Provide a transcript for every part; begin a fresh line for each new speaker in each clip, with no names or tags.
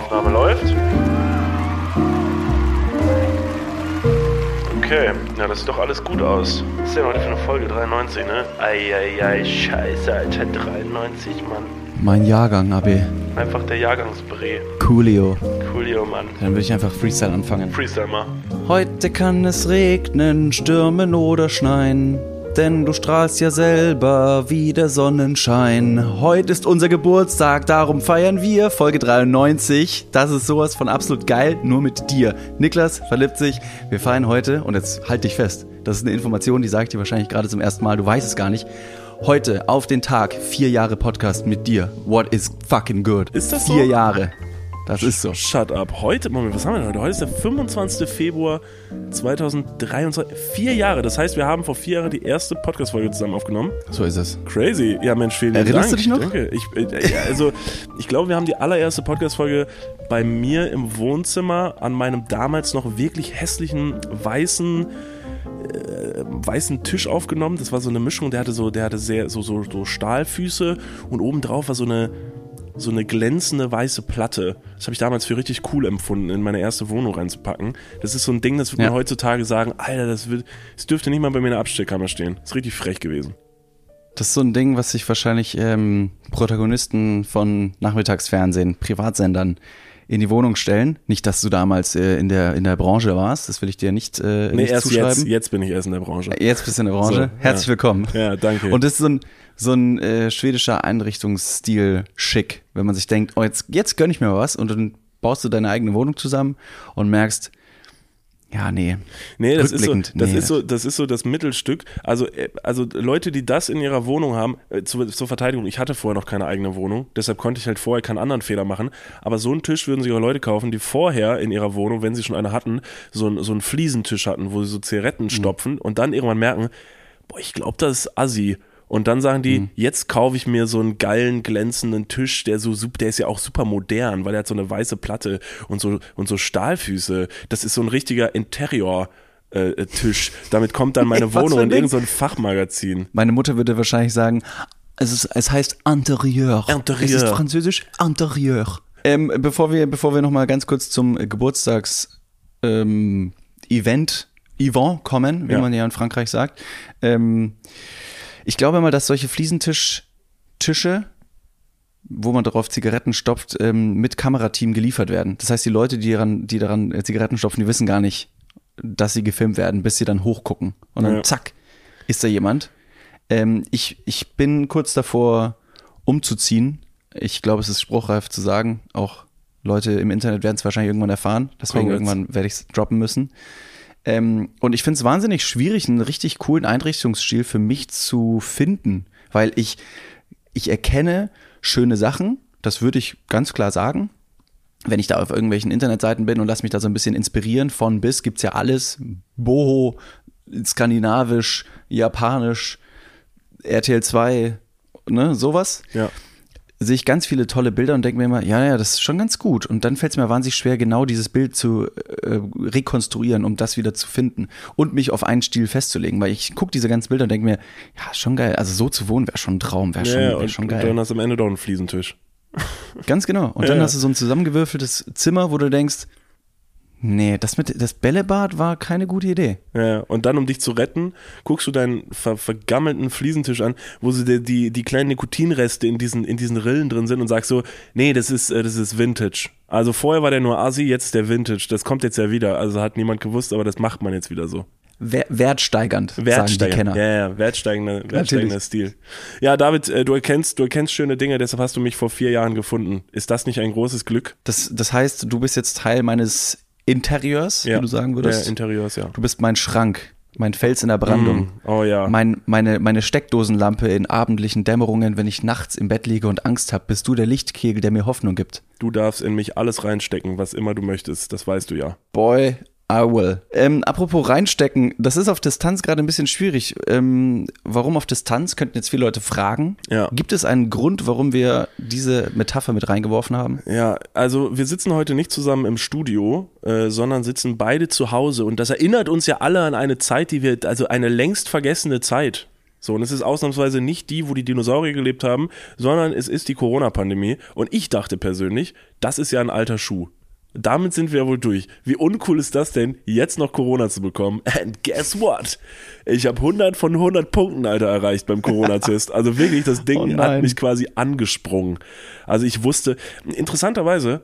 Aufnahme läuft. Okay, ja, das sieht doch alles gut aus. Was ist denn heute für eine Folge? 93, ne? Eieiei, scheiße, Alter, 93, Mann.
Mein Jahrgang, AB.
Einfach der Jahrgangsbree.
Coolio.
Coolio, Mann.
Dann würde ich einfach Freestyle anfangen.
Freestyle mal.
Heute kann es regnen, stürmen oder schneien, denn du strahlst ja selber wie der Sonnenschein. Heute ist unser Geburtstag, darum feiern wir Folge 93. Das ist sowas von absolut geil, nur mit dir. Niklas verliebt sich. Wir feiern heute, und jetzt halt dich fest, das ist eine Information, die sage ich dir wahrscheinlich gerade zum ersten Mal, du weißt es gar nicht. Heute auf den Tag 4 Jahre Podcast mit dir. What is fucking good?
Ist das so?
4 Jahre. Das ist so.
Shut up. Heute, Moment, was haben wir denn heute? Heute ist der 25. Februar 2023. 4 Jahre. Das heißt, wir haben vor 4 Jahren die erste Podcast-Folge zusammen aufgenommen.
So ist es.
Crazy. Ja, Mensch, vielen Dank.
Erinnerst du dich noch?
Danke. Ich glaube, wir haben die allererste Podcast-Folge bei mir im Wohnzimmer an meinem damals noch wirklich hässlichen weißen Tisch aufgenommen. Das war so eine Mischung, der hatte so Stahlfüße und obendrauf war so eine glänzende weiße Platte. Das habe ich damals für richtig cool empfunden, in meine erste Wohnung reinzupacken. Das ist so ein Ding, das würde man heutzutage sagen, Alter, das dürfte nicht mal bei mir in der Abstellkammer stehen. Das ist richtig frech gewesen.
Das ist so ein Ding, was sich wahrscheinlich Protagonisten von Nachmittagsfernsehen, Privatsendern in die Wohnung stellen. Nicht, dass du damals in der Branche warst, das will ich dir nicht
erst
zuschreiben.
Jetzt bin ich erst in der Branche.
Jetzt bist du in der Branche. So, herzlich willkommen.
Ja, danke.
Und das ist so ein schwedischer Einrichtungsstil schick, wenn man sich denkt, oh, jetzt gönn ich mir was, und dann baust du deine eigene Wohnung zusammen und merkst, ja, nee,
das ist so das Mittelstück. Also Leute, die das in ihrer Wohnung haben, zur Verteidigung, ich hatte vorher noch keine eigene Wohnung, deshalb konnte ich halt vorher keinen anderen Fehler machen, aber so einen Tisch würden sich auch Leute kaufen, die vorher in ihrer Wohnung, wenn sie schon eine hatten, so einen Fliesentisch hatten, wo sie so Zigaretten stopfen und dann irgendwann merken, boah, ich glaube, das ist assi. Und dann sagen die, jetzt kaufe ich mir so einen geilen, glänzenden Tisch, der ist ja auch super modern, weil er hat so eine weiße Platte und so Stahlfüße. Das ist so ein richtiger Interior-Tisch. Damit kommt dann meine Wohnung in irgendein Fachmagazin.
Meine Mutter würde wahrscheinlich sagen, es heißt Interieur. Es ist französisch Interieur. Bevor wir nochmal ganz kurz zum Event kommen, wie man ja in Frankreich sagt, ich glaube mal, dass solche Fliesentische, wo man darauf Zigaretten stopft, mit Kamerateam geliefert werden. Das heißt, die Leute, die daran Zigaretten stopfen, die wissen gar nicht, dass sie gefilmt werden, bis sie dann hochgucken. Und dann zack, ist da jemand. Ich bin kurz davor, umzuziehen. Ich glaube, es ist spruchreif zu sagen. Auch Leute im Internet werden es wahrscheinlich irgendwann erfahren. Deswegen irgendwann werde ich es droppen müssen. Und ich finde es wahnsinnig schwierig, einen richtig coolen Einrichtungsstil für mich zu finden, weil ich erkenne schöne Sachen, das würde ich ganz klar sagen. Wenn ich da auf irgendwelchen Internetseiten bin und lasse mich da so ein bisschen inspirieren, von bis gibt's ja alles, Boho, skandinavisch, japanisch, RTL 2, ne, sowas. Ja. Sehe ich ganz viele tolle Bilder und denke mir immer, ja, das ist schon ganz gut. Und dann fällt es mir wahnsinnig schwer, genau dieses Bild zu rekonstruieren, um das wieder zu finden und mich auf einen Stil festzulegen. Weil ich gucke diese ganzen Bilder und denke mir, ja, schon geil. Also so zu wohnen wäre schon ein Traum, wäre schon geil.
Und dann hast du am Ende doch einen Fliesentisch.
Ganz genau. Und dann hast du so ein zusammengewürfeltes Zimmer, wo du denkst, nee, das Bällebad war keine gute Idee.
Ja, und dann, um dich zu retten, guckst du deinen vergammelten Fliesentisch an, wo so die kleinen Nikotinreste in diesen Rillen drin sind und sagst so, nee, das ist Vintage. Also vorher war der nur Assi, jetzt ist der Vintage. Das kommt jetzt ja wieder. Also hat niemand gewusst, aber das macht man jetzt wieder so.
Wertsteigernd, sagen die Kenner.
Ja, wertsteigender Stil. Ja, David, du erkennst schöne Dinge, deshalb hast du mich vor 4 Jahren gefunden. Ist das nicht ein großes Glück?
Das heißt, du bist jetzt Teil meines Interieurs, wie du sagen würdest.
Ja, Interieurs, ja.
Du bist mein Schrank, mein Fels in der Brandung.
Oh ja.
Meine Steckdosenlampe in abendlichen Dämmerungen, wenn ich nachts im Bett liege und Angst habe, bist du der Lichtkegel, der mir Hoffnung gibt.
Du darfst in mich alles reinstecken, was immer du möchtest, das weißt du ja.
Boy, I will. Apropos reinstecken, das ist auf Distanz gerade ein bisschen schwierig. Warum auf Distanz, könnten jetzt viele Leute fragen. Ja. Gibt es einen Grund, warum wir diese Metapher mit reingeworfen haben?
Ja, also wir sitzen heute nicht zusammen im Studio, sondern sitzen beide zu Hause. Und das erinnert uns ja alle an eine Zeit, also eine längst vergessene Zeit. So, und es ist ausnahmsweise nicht die, wo die Dinosaurier gelebt haben, sondern es ist die Corona-Pandemie. Und ich dachte persönlich, das ist ja ein alter Schuh. Damit sind wir ja wohl durch. Wie uncool ist das denn, jetzt noch Corona zu bekommen? And guess what? Ich habe 100 von 100 Punkten, Alter, erreicht beim Corona-Test. Also wirklich, das Ding hat mich quasi angesprungen. Also ich wusste, interessanterweise,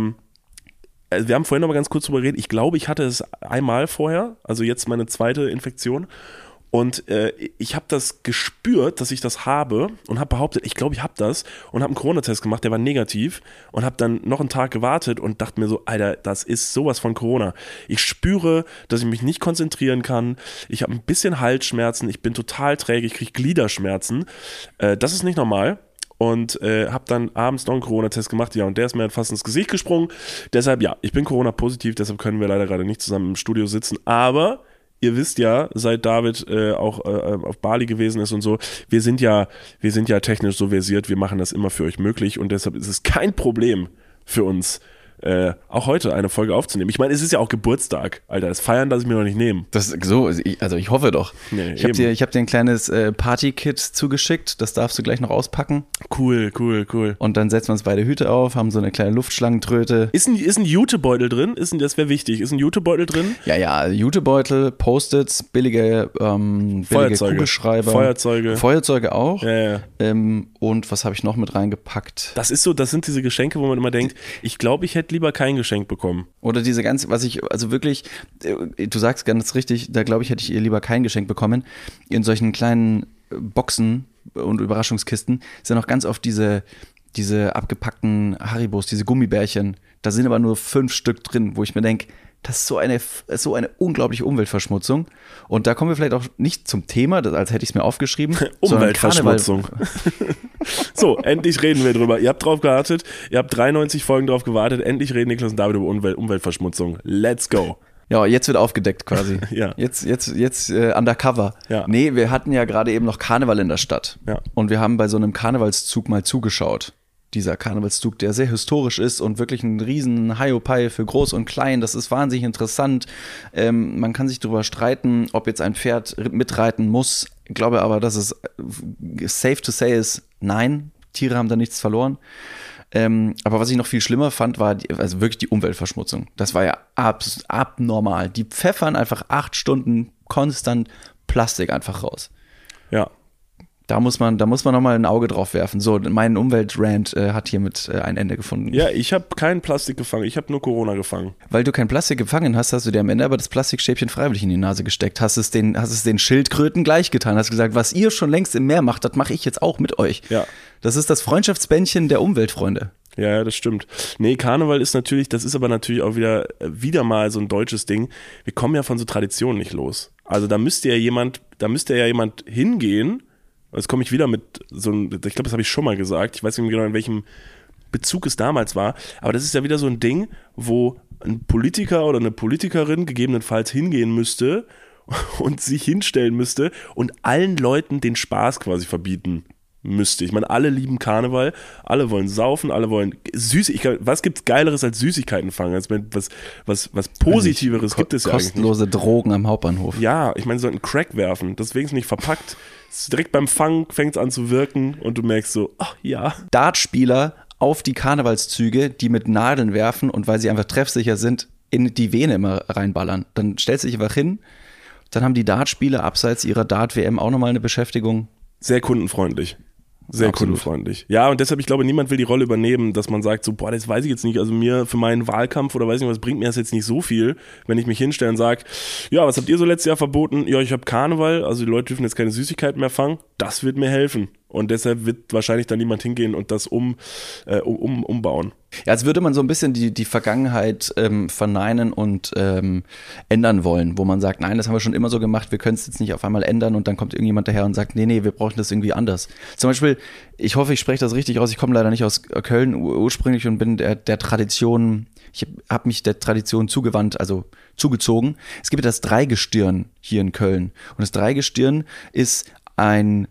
wir haben vorhin noch mal ganz kurz drüber geredet, ich glaube, ich hatte es einmal vorher, also jetzt meine zweite Infektion. Und ich habe das gespürt, dass ich das habe und habe behauptet, ich glaube, ich habe das und habe einen Corona-Test gemacht, der war negativ und habe dann noch einen Tag gewartet und dachte mir so, Alter, das ist sowas von Corona. Ich spüre, dass ich mich nicht konzentrieren kann, ich habe ein bisschen Halsschmerzen, ich bin total träge, ich kriege Gliederschmerzen. Das ist nicht normal. Und habe dann abends noch einen Corona-Test gemacht, ja, und der ist mir fast ins Gesicht gesprungen. Deshalb, ja, ich bin Corona-positiv, deshalb können wir leider gerade nicht zusammen im Studio sitzen, aber ihr wisst ja, seit David auch auf Bali gewesen ist und so, wir sind ja technisch so versiert, wir machen das immer für euch möglich und deshalb ist es kein Problem für uns, auch heute eine Folge aufzunehmen. Ich meine, es ist ja auch Geburtstag, Alter, das Feiern lasse ich mir noch nicht nehmen.
Das so, also ich hoffe doch. Nee, ich habe dir ein kleines Party-Kit zugeschickt, das darfst du gleich noch auspacken.
Cool.
Und dann setzen wir uns beide Hüte auf, haben so eine kleine Luftschlangentröte.
Ist ein Jutebeutel drin? Das wäre wichtig. Ist ein Jutebeutel drin?
Ja, Jutebeutel, Post-its, billige Kugelschreiber. Feuerzeuge auch.
Ja.
Und was habe ich noch mit reingepackt?
Das sind diese Geschenke, wo man immer denkt, ich glaube, ich hätte lieber kein Geschenk bekommen.
Oder diese ganze, du sagst ganz richtig, da glaube ich, hätte ich ihr lieber kein Geschenk bekommen. In solchen kleinen Boxen und Überraschungskisten sind auch ganz oft diese abgepackten Haribos, diese Gummibärchen. Da sind aber nur 5 Stück drin, wo ich mir denke, das ist so eine unglaubliche Umweltverschmutzung. Und da kommen wir vielleicht auch nicht zum Thema, als hätte ich es mir aufgeschrieben.
Umweltverschmutzung. So, endlich reden wir drüber. Ihr habt drauf gewartet, ihr habt 93 Folgen drauf gewartet, endlich reden Niklas und David über Umweltverschmutzung. Let's go.
Ja, jetzt wird aufgedeckt quasi.
Ja.
Jetzt undercover.
Ja.
Nee, wir hatten ja gerade eben noch Karneval in der Stadt.
Ja.
Und wir haben bei so einem Karnevalszug mal zugeschaut. Dieser Karnevalszug, der sehr historisch ist und wirklich ein riesen Hiopai für Groß und Klein. Das ist wahnsinnig interessant. Man kann sich darüber streiten, ob jetzt ein Pferd mitreiten muss. Ich glaube aber, dass es safe to say ist, nein, Tiere haben da nichts verloren. Aber was ich noch viel schlimmer fand, war also wirklich die Umweltverschmutzung. Das war ja abnormal. Die pfeffern einfach 8 Stunden konstant Plastik einfach raus.
Ja.
Da muss man nochmal ein Auge drauf werfen. So, mein Umweltrant hat hiermit ein Ende gefunden.
Ja, ich habe kein Plastik gefangen, ich habe nur Corona gefangen.
Weil du kein Plastik gefangen hast, hast du dir am Ende aber das Plastikstäbchen freiwillig in die Nase gesteckt. Hast es den Schildkröten gleich getan. Hast gesagt, was ihr schon längst im Meer macht, das mache ich jetzt auch mit euch.
Ja.
Das ist das Freundschaftsbändchen der Umweltfreunde.
Ja, das stimmt. Nee, Karneval ist natürlich, das ist aber natürlich auch wieder mal so ein deutsches Ding. Wir kommen ja von so Traditionen nicht los. Also da müsste ja jemand hingehen. Jetzt komme ich wieder mit so einem, ich glaube, das habe ich schon mal gesagt, ich weiß nicht mehr genau, in welchem Bezug es damals war, aber das ist ja wieder so ein Ding, wo ein Politiker oder eine Politikerin gegebenenfalls hingehen müsste und sich hinstellen müsste und allen Leuten den Spaß quasi verbieten müsste. Ich meine, alle lieben Karneval, alle wollen saufen, alle wollen was gibt's Geileres als Süßigkeiten fangen? Was Positiveres gibt es ja eigentlich nicht.
Kostenlose Drogen am Hauptbahnhof.
Ja, ich meine, sie sollten Crack werfen, deswegen ist es nicht verpackt. Direkt beim Fangen fängt es an zu wirken und du merkst so, ach ja.
Dartspieler auf die Karnevalszüge, die mit Nadeln werfen und weil sie einfach treffsicher sind, in die Vene immer reinballern. Dann stellst du dich einfach hin, dann haben die Dartspieler abseits ihrer Dart-WM auch nochmal eine Beschäftigung.
Sehr kundenfreundlich. Sehr kundenfreundlich. Ja, und deshalb, ich glaube, niemand will die Rolle übernehmen, dass man sagt so, boah, das weiß ich jetzt nicht, also mir für meinen Wahlkampf oder weiß ich nicht, was bringt mir das jetzt nicht so viel, wenn ich mich hinstelle und sage, ja, was habt ihr so letztes Jahr verboten? Ja, ich habe Karneval, also die Leute dürfen jetzt keine Süßigkeiten mehr fangen. Das wird mir helfen. Und deshalb wird wahrscheinlich dann niemand hingehen und das umbauen.
Ja, als würde man so ein bisschen die Vergangenheit verneinen und ändern wollen, wo man sagt, nein, das haben wir schon immer so gemacht, wir können es jetzt nicht auf einmal ändern und dann kommt irgendjemand daher und sagt, nee, wir brauchen das irgendwie anders. Zum Beispiel, ich hoffe, ich spreche das richtig aus, ich komme leider nicht aus Köln ursprünglich und bin der Tradition, ich habe mich der Tradition zugewandt, also zugezogen. Es gibt ja das Dreigestirn hier in Köln und das Dreigestirn ist ein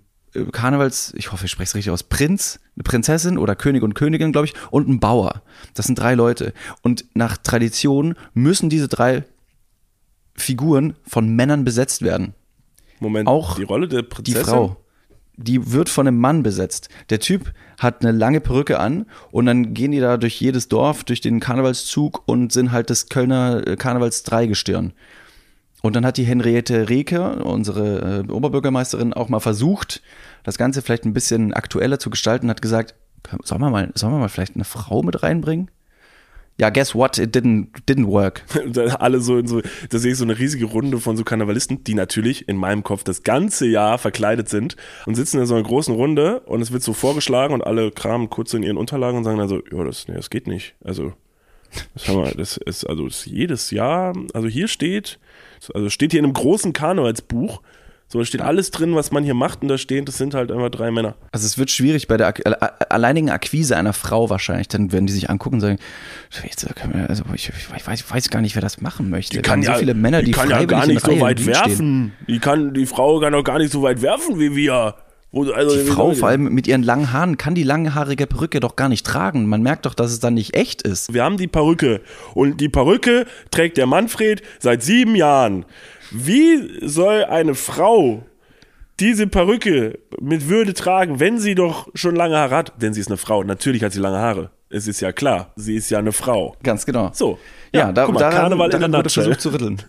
ich hoffe, ich spreche es richtig aus, Prinz, eine Prinzessin oder König und Königin, glaube ich, und ein Bauer. Das sind 3 Leute. Und nach Tradition müssen diese 3 Figuren von Männern besetzt werden.
Moment,
auch
die Rolle der Prinzessin?
Die Frau, die wird von einem Mann besetzt. Der Typ hat eine lange Perücke an und dann gehen die da durch jedes Dorf, durch den Karnevalszug und sind halt das Kölner Karnevals-Dreigestirn. Und dann hat die Henriette Reeke, unsere Oberbürgermeisterin, auch mal versucht, das Ganze vielleicht ein bisschen aktueller zu gestalten, hat gesagt, sollen wir mal vielleicht eine Frau mit reinbringen? Ja, guess what? It didn't work.
Alle da sehe ich so eine riesige Runde von so Karnevalisten, die natürlich in meinem Kopf das ganze Jahr verkleidet sind und sitzen in so einer großen Runde und es wird so vorgeschlagen und alle kramen kurz in ihren Unterlagen und sagen dann so, ja, das geht nicht. Also, das ist jedes Jahr, also steht hier in einem großen Karnevalsbuch, so, da steht alles drin, was man hier macht und da stehen, das sind halt einfach 3 Männer.
Also es wird schwierig bei der alleinigen Akquise einer Frau wahrscheinlich. Dann werden die sich angucken und sagen, also ich weiß gar nicht, wer das machen möchte.
Die kann
so viele Männer, die
kann ja gar nicht so weit werfen. Die Frau kann doch gar nicht so weit werfen wie wir.
Die Frau, vor allem mit ihren langen Haaren, kann die langhaarige Perücke doch gar nicht tragen. Man merkt doch, dass es dann nicht echt ist.
Wir haben die Perücke und die Perücke trägt der Manfred seit 7 Jahren. Wie soll eine Frau diese Perücke mit Würde tragen, wenn sie doch schon lange Haare hat? Denn sie ist eine Frau. Natürlich hat sie lange Haare. Es ist ja klar. Sie ist ja eine Frau.
Ganz genau.
So.
Ja, daran
wurde
versucht zu rütteln.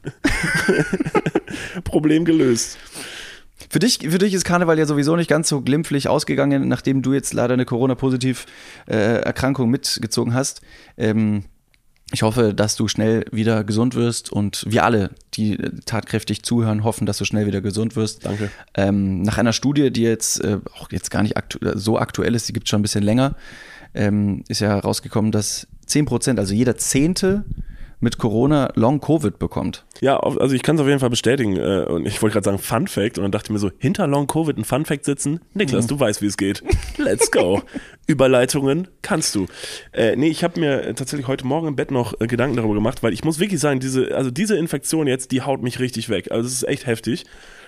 Problem gelöst.
Für dich ist Karneval ja sowieso nicht ganz so glimpflich ausgegangen, nachdem du jetzt leider eine Corona-Positiv-Erkrankung mitgezogen hast. Ich hoffe, dass du schnell wieder gesund wirst und wir alle, die tatkräftig zuhören, hoffen, dass du schnell wieder gesund wirst.
Danke.
Nach einer Studie, die jetzt auch jetzt gar nicht so aktuell ist, die gibt es schon ein bisschen länger, ist ja herausgekommen, dass 10%, also jeder Zehnte mit Corona Long-Covid bekommt.
Ja, also ich kann es auf jeden Fall bestätigen. Und ich wollte gerade sagen Fun Fact und dann dachte ich mir so, hinter Long-Covid ein Fun Fact sitzen? Niklas, du weißt, wie es geht. Let's go. Überleitungen kannst du. Ich habe mir tatsächlich heute Morgen im Bett noch Gedanken darüber gemacht, weil ich muss wirklich sagen, diese Infektion jetzt, die haut mich richtig weg. Also das ist echt heftig.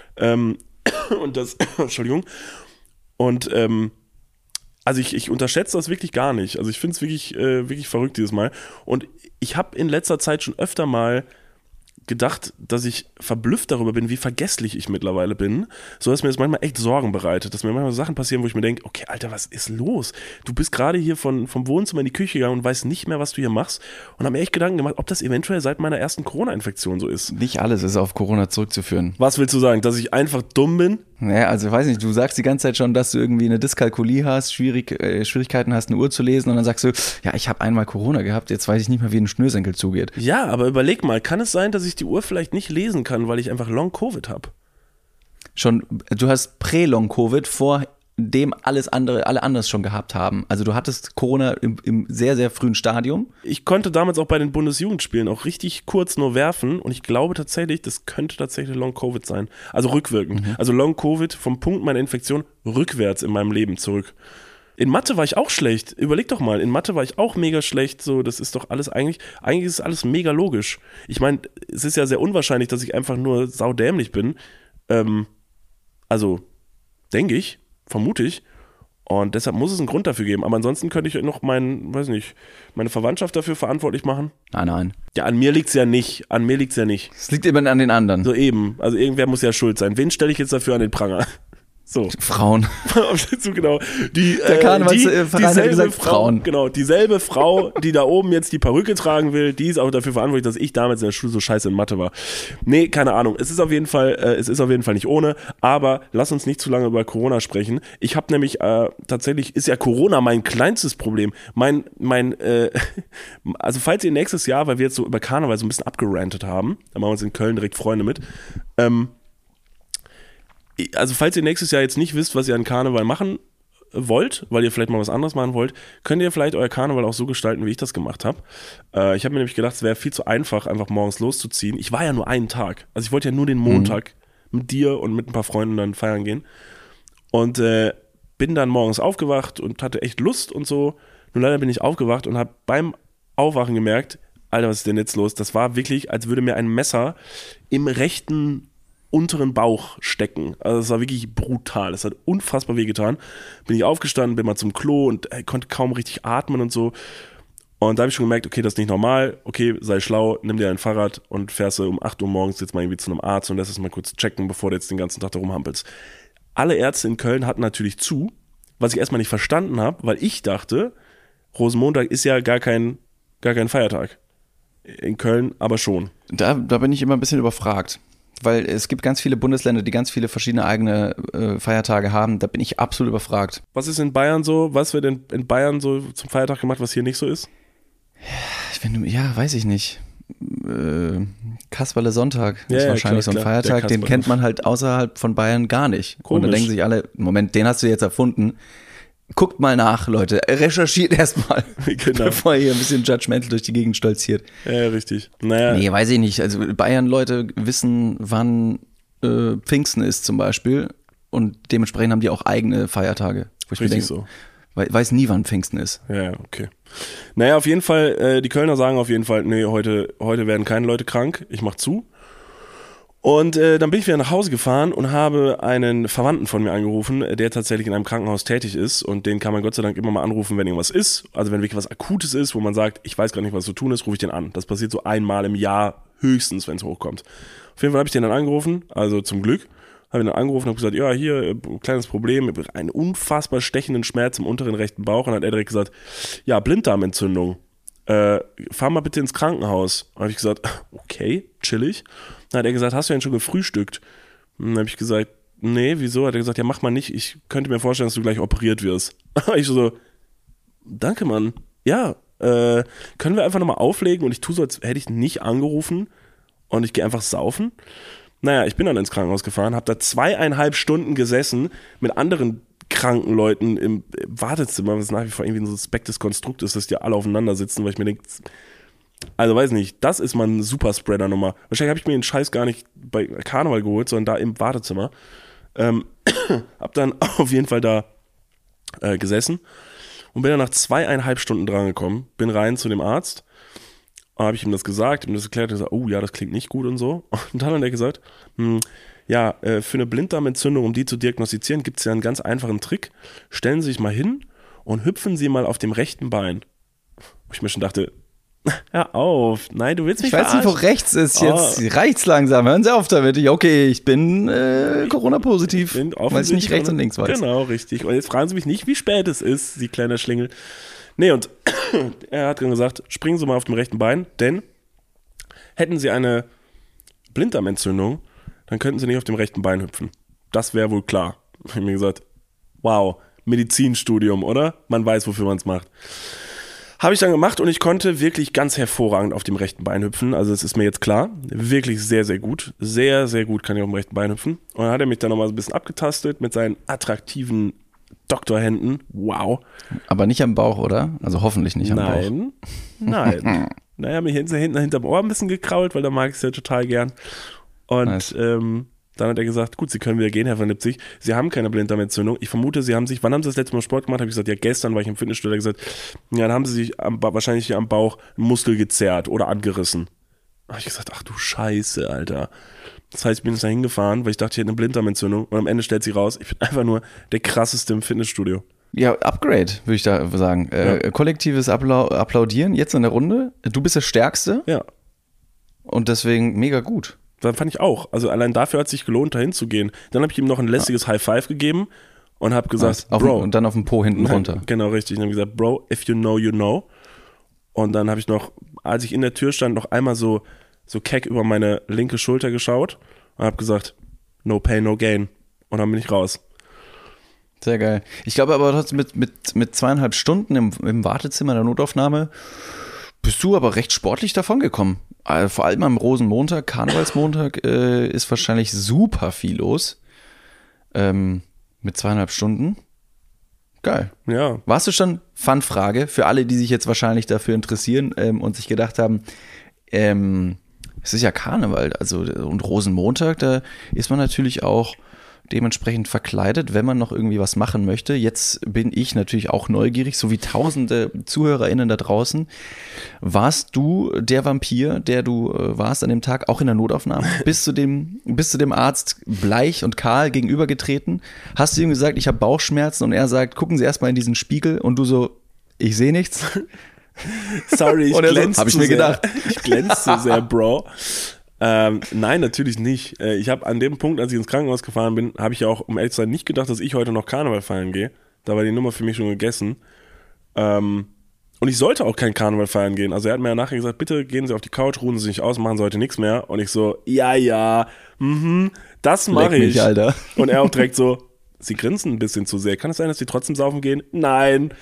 Und das, Entschuldigung. Und also ich unterschätze das wirklich gar nicht. Also ich finde es wirklich verrückt dieses Mal. Und ich habe in letzter Zeit schon öfter mal gedacht, dass ich verblüfft darüber bin, wie vergesslich ich mittlerweile bin, so dass mir das manchmal echt Sorgen bereitet, dass mir manchmal Sachen passieren, wo ich mir denke, okay, Alter, was ist los? Du bist gerade hier vom Wohnzimmer in die Küche gegangen und weißt nicht mehr, was du hier machst und habe mir echt Gedanken gemacht, ob das eventuell seit meiner ersten Corona-Infektion so ist.
Nicht alles ist auf Corona zurückzuführen.
Was willst du sagen, dass ich einfach dumm bin?
Naja, also ich weiß nicht, du sagst die ganze Zeit schon, dass du irgendwie eine Dyskalkulie hast, Schwierigkeiten hast, eine Uhr zu lesen und dann sagst du, ja, ich habe einmal Corona gehabt, jetzt weiß ich nicht mehr, wie ein Schnürsenkel zugeht.
Ja, aber überleg mal, kann es sein, dass ich die Uhr vielleicht nicht lesen kann, weil ich einfach Long-Covid habe?
Du hast Prä-Long-Covid, vor dem alle anderes schon gehabt haben. Also du hattest Corona im sehr, sehr frühen Stadium.
Ich konnte damals auch bei den Bundesjugendspielen auch richtig kurz nur werfen und ich glaube tatsächlich, das könnte tatsächlich Long-Covid sein. Also rückwirkend. Also Long-Covid vom Punkt meiner Infektion rückwärts in meinem Leben zurück. In Mathe war ich auch schlecht. Überleg doch mal, in Mathe war ich auch mega schlecht. So, das ist doch alles eigentlich ist alles mega logisch. Ich meine, es ist ja sehr unwahrscheinlich, dass ich einfach nur saudämlich bin. Also, denke ich, vermute ich. Und deshalb muss es einen Grund dafür geben. Aber ansonsten könnte ich noch meine Verwandtschaft dafür verantwortlich machen.
Nein.
Ja, an mir liegt's ja nicht.
Es liegt immer an den anderen.
So eben. Also irgendwer muss ja schuld sein. Wen stelle ich jetzt dafür an den Pranger? So.
Frauen.
So genau.
Der Karnevalsverein hat gesagt Frauen.
Genau, dieselbe Frau, die da oben jetzt die Perücke tragen will, die ist auch dafür verantwortlich, dass ich damals in der Schule so scheiße in Mathe war. Nee, keine Ahnung. Es ist auf jeden Fall nicht ohne, aber lass uns nicht zu lange über Corona sprechen. Ich habe nämlich tatsächlich, ist ja Corona mein kleinstes Problem. Also falls ihr nächstes Jahr, weil wir jetzt so über Karneval so ein bisschen abgerantet haben, da machen wir uns in Köln direkt Freunde mit, also falls ihr nächstes Jahr jetzt nicht wisst, was ihr an Karneval machen wollt, weil ihr vielleicht mal was anderes machen wollt, könnt ihr vielleicht euer Karneval auch so gestalten, wie ich das gemacht habe. Ich habe mir nämlich gedacht, es wäre viel zu einfach, einfach morgens loszuziehen. Ich war ja nur einen Tag. Also ich wollte ja nur den Montag mit dir und mit ein paar Freunden dann feiern gehen. Und bin dann morgens aufgewacht und hatte echt Lust und so. Nur leider bin ich aufgewacht und habe beim Aufwachen gemerkt, Alter, was ist denn jetzt los? Das war wirklich, als würde mir ein Messer im rechten unteren Bauch stecken. Also es war wirklich brutal. Es hat unfassbar wehgetan. Bin ich aufgestanden, bin mal zum Klo und konnte kaum richtig atmen und so. Und da habe ich schon gemerkt, okay, das ist nicht normal, okay, sei schlau, nimm dir ein Fahrrad und fährst du um 8 Uhr morgens jetzt mal irgendwie zu einem Arzt und lässt es mal kurz checken, bevor du jetzt den ganzen Tag da rumhampelst. Alle Ärzte in Köln hatten natürlich zu, was ich erstmal nicht verstanden habe, weil ich dachte, Rosenmontag ist ja gar kein Feiertag. In Köln aber schon.
Da bin ich immer ein bisschen überfragt. Weil es gibt ganz viele Bundesländer, die ganz viele verschiedene eigene Feiertage haben. Da bin ich absolut überfragt.
Was ist in Bayern so? Was wird in Bayern so zum Feiertag gemacht, was hier nicht so ist?
Weiß ich nicht. Kasperle Sonntag ist
ja,
wahrscheinlich
klar,
so ein Feiertag, den kennt man halt außerhalb von Bayern gar nicht. Komisch. Und dann denken sich alle, Moment, den hast du jetzt erfunden. Guckt mal nach, Leute. Recherchiert erstmal, genau. Bevor ihr hier ein bisschen judgmental durch die Gegend stolziert.
Ja, richtig. Naja.
Nee, weiß ich nicht. Also Bayern-Leute wissen, wann Pfingsten ist zum Beispiel. Und dementsprechend haben die auch eigene Feiertage. Wo ich
richtig
mir denke,
so.
Weiß nie, wann Pfingsten ist.
Ja, okay. Naja, auf jeden Fall, die Kölner sagen auf jeden Fall, nee, heute werden keine Leute krank. Ich mach zu. Und dann bin ich wieder nach Hause gefahren und habe einen Verwandten von mir angerufen, der tatsächlich in einem Krankenhaus tätig ist und den kann man Gott sei Dank immer mal anrufen, wenn irgendwas ist. Also wenn wirklich was Akutes ist, wo man sagt, ich weiß gar nicht, was zu tun ist, rufe ich den an. Das passiert so einmal im Jahr höchstens, wenn es hochkommt. Auf jeden Fall habe ich den dann angerufen, also zum Glück. Habe ihn dann angerufen und habe gesagt, ja, hier, kleines Problem, einen unfassbar stechenden Schmerz im unteren rechten Bauch. Und dann hat er direkt gesagt, ja, Blinddarmentzündung. Fahr mal bitte ins Krankenhaus. Dann habe ich gesagt, okay, chillig. Dann hat er gesagt, hast du denn schon gefrühstückt? Dann habe ich gesagt, nee, wieso? Hat er gesagt, ja, mach mal nicht, ich könnte mir vorstellen, dass du gleich operiert wirst. Ich so, danke, Mann. Ja, können wir einfach nochmal auflegen und ich tue so, als hätte ich nicht angerufen und ich gehe einfach saufen? Naja, ich bin dann ins Krankenhaus gefahren, habe da 2,5 Stunden gesessen mit anderen kranken Leuten im Wartezimmer, was nach wie vor irgendwie ein suspektes Konstrukt ist, dass die alle aufeinander sitzen, weil ich mir denke, also weiß nicht, das ist mal ein Superspreader-Nummer. Wahrscheinlich habe ich mir den Scheiß gar nicht bei Karneval geholt, sondern da im Wartezimmer. Hab dann auf jeden Fall da gesessen und bin dann nach 2,5 Stunden drangekommen, bin rein zu dem Arzt, habe ich ihm das gesagt, ihm das erklärt, er gesagt, oh ja, das klingt nicht gut und so. Und dann hat er gesagt, ja, für eine Blinddarmentzündung, um die zu diagnostizieren, gibt es ja einen ganz einfachen Trick. Stellen Sie sich mal hin und hüpfen Sie mal auf dem rechten Bein. Wo ich mir schon dachte, hör auf, nein, du willst mich verarschen.
Ich weiß nicht, wo rechts ist, jetzt reicht's langsam, hören Sie auf damit. Ich bin Corona-positiv, weil ich nicht rechts und links weiß.
Genau, richtig. Und jetzt fragen Sie mich nicht, wie spät es ist, Sie kleiner Schlingel. Nee, und er hat dann gesagt, springen Sie mal auf dem rechten Bein, denn hätten Sie eine Blinddarmentzündung, dann könnten Sie nicht auf dem rechten Bein hüpfen. Das wäre wohl klar. Ich habe mir gesagt, wow, Medizinstudium, oder? Man weiß, wofür man es macht. Habe ich dann gemacht und ich konnte wirklich ganz hervorragend auf dem rechten Bein hüpfen. Also es ist mir jetzt klar, wirklich sehr, sehr gut. Sehr, sehr gut kann ich auf dem rechten Bein hüpfen. Und dann hat er mich dann nochmal so ein bisschen abgetastet mit seinen attraktiven Doktorhänden. Wow.
Aber nicht am Bauch, oder? Also hoffentlich nicht am Bauch.
Nein. Naja, mir hinterm Ohr ein bisschen gekrault, weil da mag ich es ja total gern. Und nice. Dann hat er gesagt, gut, Sie können wieder gehen, Herr von Lipzig. Sie haben keine Blinddarmentzündung. Ich vermute, wann haben Sie das letzte Mal Sport gemacht? Habe ich gesagt, ja, gestern war ich im Fitnessstudio. Er hat gesagt, ja, dann haben Sie sich wahrscheinlich hier am Bauch einen Muskel gezerrt oder angerissen. Da habe ich gesagt, ach du Scheiße, Alter. Das heißt, ich bin jetzt da hingefahren, weil ich dachte, ich hätte eine Blinddarmentzündung. Und am Ende stellt sie raus, ich bin einfach nur der krasseste im Fitnessstudio.
Ja, Upgrade, würde ich da sagen. Ja. Kollektives Applaudieren jetzt in der Runde. Du bist der Stärkste.
Ja.
Und deswegen mega gut.
Dann fand ich auch. Also allein dafür hat es sich gelohnt, da hinzugehen. Dann habe ich ihm noch ein lästiges High Five gegeben und habe gesagt, Bro.
Und dann auf den Po hinten runter.
Genau, richtig. Und dann habe ich gesagt, Bro, if you know, you know. Und dann habe ich noch, als ich in der Tür stand, noch einmal so keck über meine linke Schulter geschaut und habe gesagt, no pain, no gain. Und dann bin ich raus.
Sehr geil. Ich glaube aber trotzdem mit 2,5 Stunden im Wartezimmer der Notaufnahme bist du aber recht sportlich davongekommen. Also vor allem am Rosenmontag, Karnevalsmontag ist wahrscheinlich super viel los. Mit 2,5 Stunden. Geil.
Ja.
Warst du schon, Fun-Frage, für alle, die sich jetzt wahrscheinlich dafür interessieren und sich gedacht haben, es ist ja Karneval, also und Rosenmontag, da ist man natürlich auch dementsprechend verkleidet, wenn man noch irgendwie was machen möchte. Jetzt bin ich natürlich auch neugierig, so wie tausende ZuhörerInnen da draußen. Warst du der Vampir, der du warst an dem Tag, auch in der Notaufnahme? Bist du dem Arzt bleich und kahl gegenübergetreten? Hast du ihm gesagt, ich habe Bauchschmerzen und er sagt, gucken Sie erstmal in diesen Spiegel und du so, ich sehe nichts?
Sorry, ich glänze
hab ich mir gedacht.
Ich glänze zu sehr, Bro. Nein, natürlich nicht. Ich habe an dem Punkt, als ich ins Krankenhaus gefahren bin, habe ich ja auch, um ehrlich zu sein, nicht gedacht, dass ich heute noch Karneval feiern gehe. Da war die Nummer für mich schon gegessen. Und ich sollte auch kein Karneval feiern gehen. Also er hat mir ja nachher gesagt, bitte gehen Sie auf die Couch, ruhen Sie sich aus, machen Sie heute nichts mehr. Und ich so, das mache ich.
Alter.
Und er auch direkt so, Sie grinsen ein bisschen zu sehr. Kann es sein, dass Sie trotzdem saufen gehen? Nein,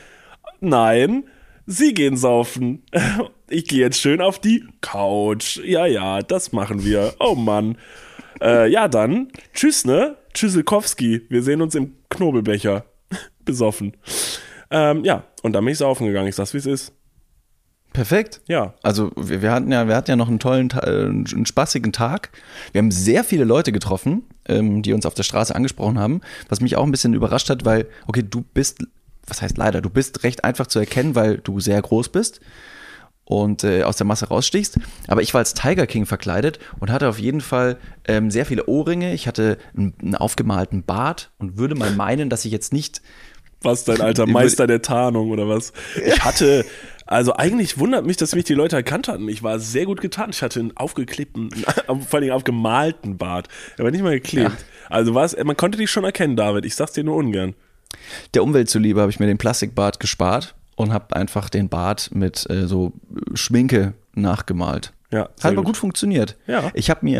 Sie gehen saufen. Ich gehe jetzt schön auf die Couch. Ja, das machen wir. Oh Mann. Ja, dann. Tschüss, ne? Tschüsselkowski. Wir sehen uns im Knobelbecher. Besoffen. Ja, und dann bin ich saufen gegangen. Ich sag's, wie es ist.
Perfekt.
Ja.
Also wir hatten ja noch einen tollen, einen spaßigen Tag. Wir haben sehr viele Leute getroffen, die uns auf der Straße angesprochen haben, was mich auch ein bisschen überrascht hat, weil, okay, du bist recht einfach zu erkennen, weil du sehr groß bist und aus der Masse rausstichst. Aber ich war als Tiger King verkleidet und hatte auf jeden Fall sehr viele Ohrringe. Ich hatte einen aufgemalten Bart und würde mal meinen, dass ich jetzt nicht...
Was, dein alter Meister der Tarnung oder was? Ich hatte... Also eigentlich wundert mich, dass mich die Leute erkannt hatten. Ich war sehr gut getarnt. Ich hatte einen aufgeklebten, vor allem aufgemalten Bart. Der war nicht mal geklebt. Ja. Also man konnte dich schon erkennen, David. Ich sag's dir nur ungern.
Der Umwelt zuliebe habe ich mir den Plastikbart gespart und habe einfach den Bart mit so Schminke nachgemalt.
Ja,
hat aber gut funktioniert.
Ja.
Ich habe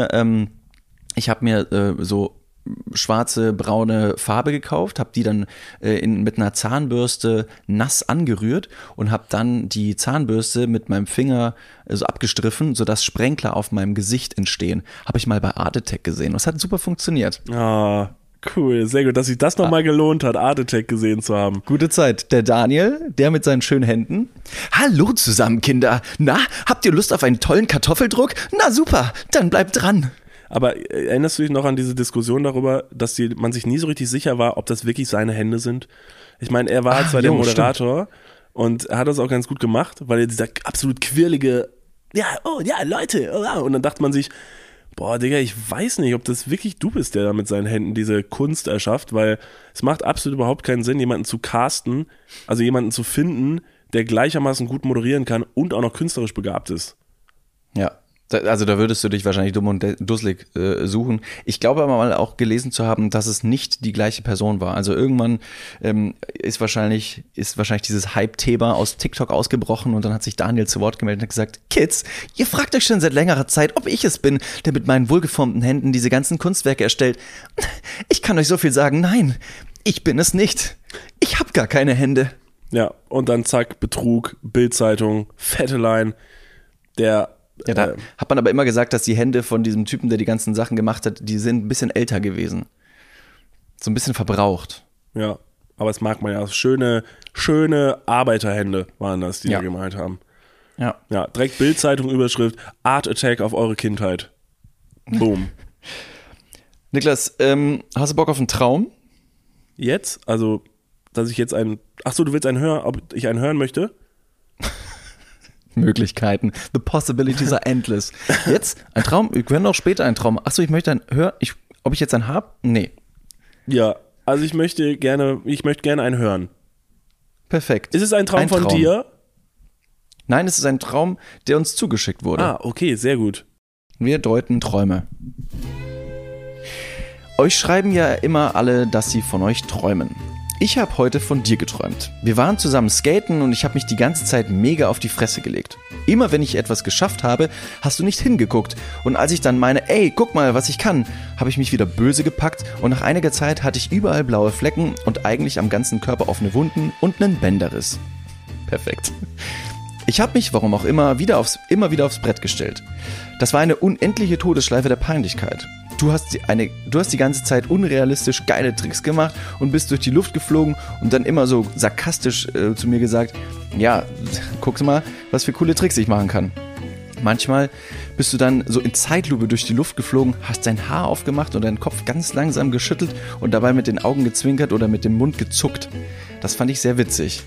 mir so schwarze, braune Farbe gekauft, habe die dann mit einer Zahnbürste nass angerührt und habe dann die Zahnbürste mit meinem Finger so abgestriffen, sodass Sprenkler auf meinem Gesicht entstehen. Habe ich mal bei Art Attack gesehen. Das hat super funktioniert.
Ah, cool, sehr gut, dass sich das nochmal gelohnt hat, Art Attack gesehen zu haben.
Gute Zeit. Der Daniel, der mit seinen schönen Händen. Hallo zusammen, Kinder. Na, habt ihr Lust auf einen tollen Kartoffeldruck? Na super, dann bleibt dran.
Aber erinnerst du dich noch an diese Diskussion darüber, dass man sich nie so richtig sicher war, ob das wirklich seine Hände sind? Ich meine, er war zwar der Moderator und er hat das auch ganz gut gemacht, weil er dieser absolut quirlige, Leute, und dann dachte man sich, boah, Digga, ich weiß nicht, ob das wirklich du bist, der da mit seinen Händen diese Kunst erschafft, weil es macht absolut überhaupt keinen Sinn, jemanden zu casten, also jemanden zu finden, der gleichermaßen gut moderieren kann und auch noch künstlerisch begabt ist.
Ja. Also da würdest du dich wahrscheinlich dumm und dusselig suchen. Ich glaube aber mal auch gelesen zu haben, dass es nicht die gleiche Person war. Also irgendwann ist wahrscheinlich dieses Hype-Thema aus TikTok ausgebrochen und dann hat sich Daniel zu Wort gemeldet und hat gesagt, Kids, ihr fragt euch schon seit längerer Zeit, ob ich es bin, der mit meinen wohlgeformten Händen diese ganzen Kunstwerke erstellt. Ich kann euch so viel sagen, nein, ich bin es nicht. Ich habe gar keine Hände.
Ja, und dann zack, Betrug, Bild-Zeitung, fette Line,
Ja, da hat man aber immer gesagt, dass die Hände von diesem Typen, der die ganzen Sachen gemacht hat, die sind ein bisschen älter gewesen. So ein bisschen verbraucht.
Ja, aber das mag man ja. Schöne Arbeiterhände waren das, die da gemalt haben.
Ja.
Ja, direkt Bild-Zeitung, Überschrift, Art Attack auf eure Kindheit. Boom.
Niklas, hast du Bock auf einen Traum?
Jetzt? Also, dass ich jetzt Achso, du willst ob ich einen hören möchte?
Möglichkeiten. The possibilities are endless. Jetzt ein Traum, wir können auch später einen Traum. Achso, ich möchte einen hören. Ob ich jetzt einen habe? Nee.
Ja, also ich möchte gerne einen hören.
Perfekt.
Ist es ein Traum von dir?
Nein, es ist ein Traum, der uns zugeschickt wurde.
Ah, okay, sehr gut.
Wir deuten Träume. Euch schreiben ja immer alle, dass sie von euch träumen. Ich habe heute von dir geträumt. Wir waren zusammen skaten und ich habe mich die ganze Zeit mega auf die Fresse gelegt. Immer wenn ich etwas geschafft habe, hast du nicht hingeguckt. Und als ich dann meine, ey, guck mal, was ich kann, habe ich mich wieder böse gepackt und nach einiger Zeit hatte ich überall blaue Flecken und eigentlich am ganzen Körper offene Wunden und einen Bänderriss. Perfekt. Ich habe mich, warum auch immer, wieder aufs Brett gestellt. Das war eine unendliche Todesschleife der Peinlichkeit. Du hast die ganze Zeit unrealistisch geile Tricks gemacht und bist durch die Luft geflogen und dann immer so sarkastisch zu mir gesagt, ja, guck mal, was für coole Tricks ich machen kann. Manchmal bist du dann so in Zeitlupe durch die Luft geflogen, hast dein Haar aufgemacht und deinen Kopf ganz langsam geschüttelt und dabei mit den Augen gezwinkert oder mit dem Mund gezuckt. Das fand ich sehr witzig.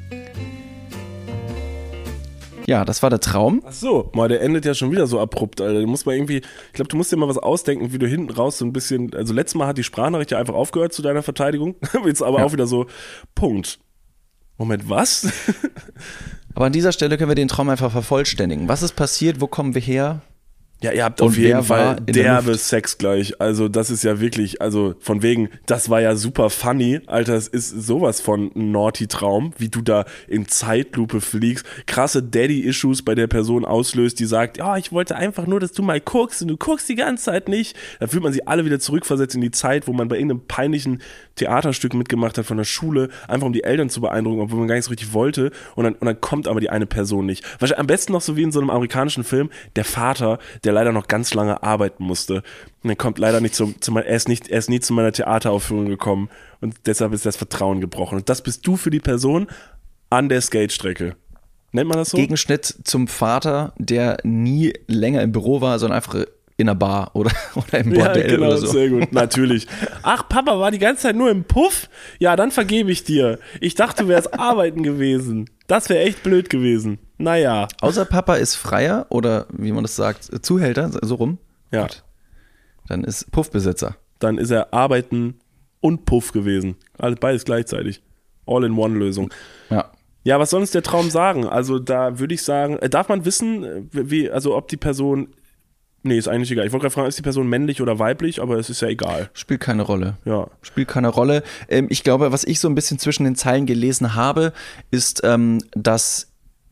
Ja, das war der Traum.
Ach so, mal, der endet ja schon wieder so abrupt, Alter. Du musst mal irgendwie, ich glaube, du musst dir mal was ausdenken, wie du hinten raus so ein bisschen, also letztes Mal hat die Sprachnachricht ja einfach aufgehört zu deiner Verteidigung, jetzt aber auch wieder so, Punkt. Moment, was?
Aber an dieser Stelle können wir den Traum einfach vervollständigen. Was ist passiert? Wo kommen wir her?
Ja, ihr habt auf jeden Fall derbe Sex gleich. Also das ist ja wirklich, also von wegen, das war ja super funny. Alter, es ist sowas von ein Naughty-Traum, wie du da in Zeitlupe fliegst, krasse Daddy-Issues bei der Person auslöst, die sagt, ja, ich wollte einfach nur, dass du mal guckst und du guckst die ganze Zeit nicht. Da fühlt man sich alle wieder zurückversetzt in die Zeit, wo man bei irgendeinem peinlichen Theaterstück mitgemacht hat von der Schule, einfach um die Eltern zu beeindrucken, obwohl man gar nicht so richtig wollte. Und dann kommt aber die eine Person nicht. Wahrscheinlich am besten noch so wie in so einem amerikanischen Film, der Vater, der leider noch ganz lange arbeiten musste. Und er kommt leider nicht er ist nie zu meiner Theateraufführung gekommen. Und deshalb ist das Vertrauen gebrochen. Und das bist du für die Person an der Skatestrecke. Nennt man das so?
Gegenschnitt zum Vater, der nie länger im Büro war, sondern einfach in einer Bar oder im Bordell,
ja, genau,
oder so.
Sehr gut, natürlich. Ach, Papa war die ganze Zeit nur im Puff? Ja, dann vergebe ich dir. Ich dachte, du wärst arbeiten gewesen. Das wäre echt blöd gewesen. Naja.
Außer Papa ist Freier oder, wie man das sagt, Zuhälter, so rum.
Ja.
Gut. Dann ist Puffbesitzer.
Dann ist er Arbeiten und Puff gewesen. Beides gleichzeitig. All-in-one-Lösung.
Ja.
Ja, was soll uns der Traum sagen? Also da würde ich sagen, darf man wissen, ob die Person... Nee, ist eigentlich egal. Ich wollte gerade fragen, ist die Person männlich oder weiblich, aber es ist ja egal.
Spielt keine Rolle.
Ja.
Spielt keine Rolle. Ich glaube, was ich so ein bisschen zwischen den Zeilen gelesen habe, ist, dass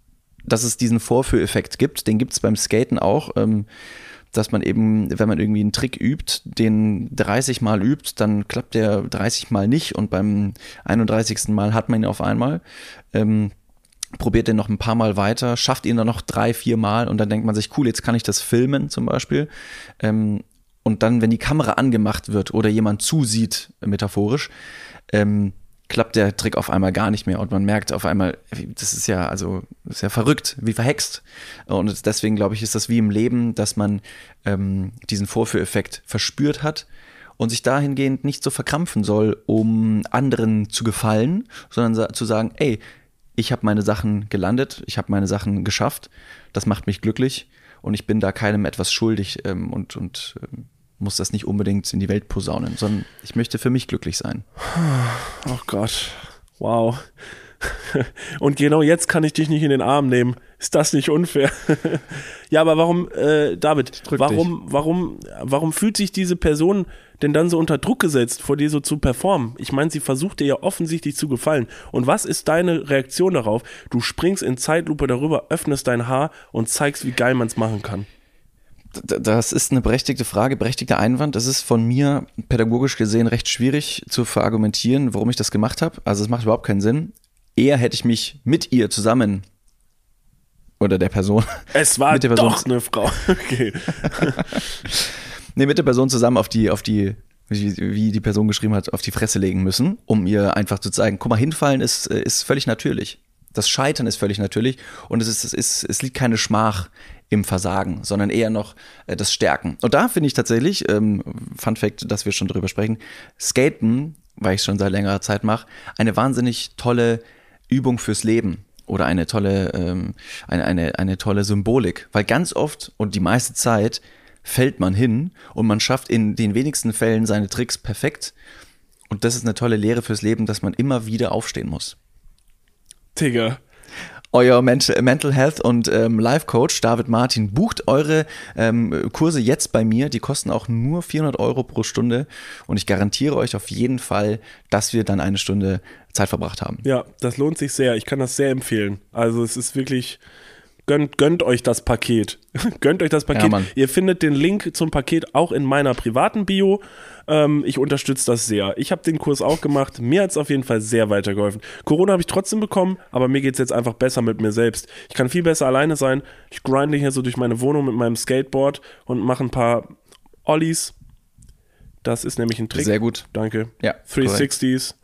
es diesen Vorführeffekt gibt. Den gibt es beim Skaten auch. Dass man eben, wenn man irgendwie einen Trick übt, den 30 Mal übt, dann klappt der 30 Mal nicht und beim 31. Mal hat man ihn auf einmal. Probiert den noch ein paar Mal weiter, schafft ihn dann noch 3-4 Mal und dann denkt man sich, cool, jetzt kann ich das filmen zum Beispiel. Und dann, wenn die Kamera angemacht wird oder jemand zusieht, metaphorisch, klappt der Trick auf einmal gar nicht mehr und man merkt auf einmal, das ist ja verrückt, wie verhext. Und deswegen, glaube ich, ist das wie im Leben, dass man diesen Vorführeffekt verspürt hat und sich dahingehend nicht so verkrampfen soll, um anderen zu gefallen, sondern zu sagen, ey, ich habe meine Sachen gelandet, ich habe meine Sachen geschafft, das macht mich glücklich und ich bin da keinem etwas schuldig und muss das nicht unbedingt in die Welt posaunen, sondern ich möchte für mich glücklich sein.
Oh Gott, wow. Und genau jetzt kann ich dich nicht in den Arm nehmen. Ist das nicht unfair? Ja, aber warum, David, warum fühlt sich diese Person denn dann so unter Druck gesetzt, vor dir so zu performen? Ich meine, sie versucht dir ja offensichtlich zu gefallen. Und was ist deine Reaktion darauf? Du springst in Zeitlupe darüber, öffnest dein Haar und zeigst, wie geil man es machen kann.
Das ist eine berechtigte Frage, berechtigter Einwand. Es ist von mir pädagogisch gesehen recht schwierig zu verargumentieren, warum ich das gemacht habe. Also es macht überhaupt keinen Sinn. Eher hätte ich mich mit ihr zusammen oder der Person.
Es war mit der Person doch eine Frau. Okay.
Nee, mit der Person zusammen auf die, wie die Person geschrieben hat, auf die Fresse legen müssen, um ihr einfach zu zeigen, guck mal, hinfallen ist völlig natürlich. Das Scheitern ist völlig natürlich und es liegt keine Schmach im Versagen, sondern eher noch das Stärken. Und da finde ich tatsächlich, Fun Fact, dass wir schon drüber sprechen, Skaten, weil ich es schon seit längerer Zeit mache, eine wahnsinnig tolle Übung fürs Leben oder eine tolle Symbolik, weil ganz oft und die meiste Zeit fällt man hin und man schafft in den wenigsten Fällen seine Tricks perfekt und das ist eine tolle Lehre fürs Leben, dass man immer wieder aufstehen muss.
Digga.
Euer Mental Health und Life Coach David Martin, bucht eure Kurse jetzt bei mir. Die kosten auch nur 400 € pro Stunde und ich garantiere euch auf jeden Fall, dass wir dann eine Stunde Zeit verbracht haben.
Ja, das lohnt sich sehr. Ich kann das sehr empfehlen. Also es ist wirklich, gönnt euch das Paket. Gönnt euch das Paket. Ja, ihr findet den Link zum Paket auch in meiner privaten Bio. Ich unterstütze das sehr. Ich habe den Kurs auch gemacht. Mir hat es auf jeden Fall sehr weitergeholfen. Corona habe ich trotzdem bekommen, aber mir geht es jetzt einfach besser mit mir selbst. Ich kann viel besser alleine sein. Ich grinde hier so durch meine Wohnung mit meinem Skateboard und mache ein paar Ollies. Das ist nämlich ein Trick.
Sehr gut.
Danke.
Ja,
360s,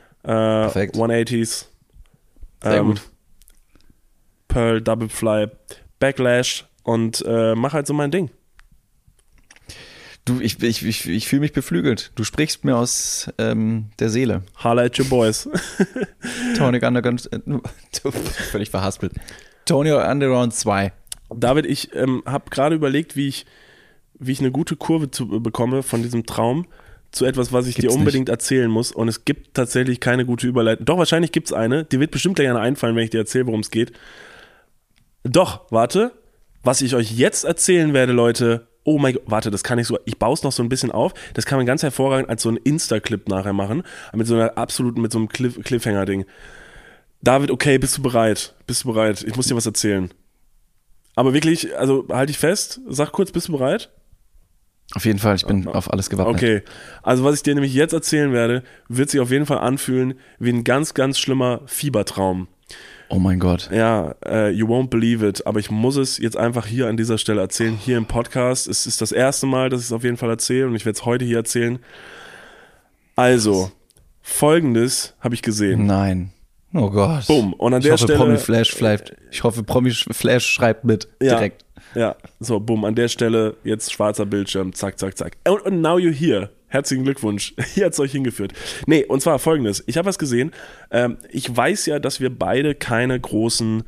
180s.
Sehr gut.
Pearl, Double Fly, Backlash und mach halt so mein Ding.
Du, ich fühle mich beflügelt. Du sprichst mir aus der Seele.
Holla at your boys.
Tony Underground, völlig verhaspelt. Tony Underground 2.
David, ich habe gerade überlegt, wie ich eine gute Kurve bekomme von diesem Traum zu etwas, was ich dir unbedingt erzählen muss. Und es gibt tatsächlich keine gute Überleitung. Doch, wahrscheinlich gibt es eine. Die wird bestimmt gleich eine einfallen, wenn ich dir erzähle, worum es geht. Doch, warte. Was ich euch jetzt erzählen werde, Leute, oh mein Gott, warte, das kann ich so, ich baue es noch so ein bisschen auf, das kann man ganz hervorragend als so einen Insta-Clip nachher machen, mit so einer absoluten, mit so einem Cliffhanger-Ding. David, okay, bist du bereit? Bist du bereit? Ich muss dir was erzählen. Aber wirklich, also halt dich fest, sag kurz, bist du bereit?
Auf jeden Fall, ich bin auf alles gewappnet.
Okay, also was ich dir nämlich jetzt erzählen werde, wird sich auf jeden Fall anfühlen wie ein ganz, ganz schlimmer Fiebertraum.
Oh mein Gott.
Ja, you won't believe it, aber ich muss es jetzt einfach hier an dieser Stelle erzählen, hier im Podcast. Es ist das erste Mal, dass ich es auf jeden Fall erzähle und ich werde es heute hier erzählen. Also, Folgendes habe ich gesehen.
Nein. Oh Gott.
Bumm. Und an der Stelle.
Ich hoffe, Promi Flash schreibt mit. Direkt.
Ja, so, bumm. An der Stelle jetzt schwarzer Bildschirm. Zack, zack, zack. Und now you're here. Herzlichen Glückwunsch. Hier hat es euch hingeführt. Nee, und zwar Folgendes. Ich habe was gesehen. Ich weiß ja, dass wir beide keine großen,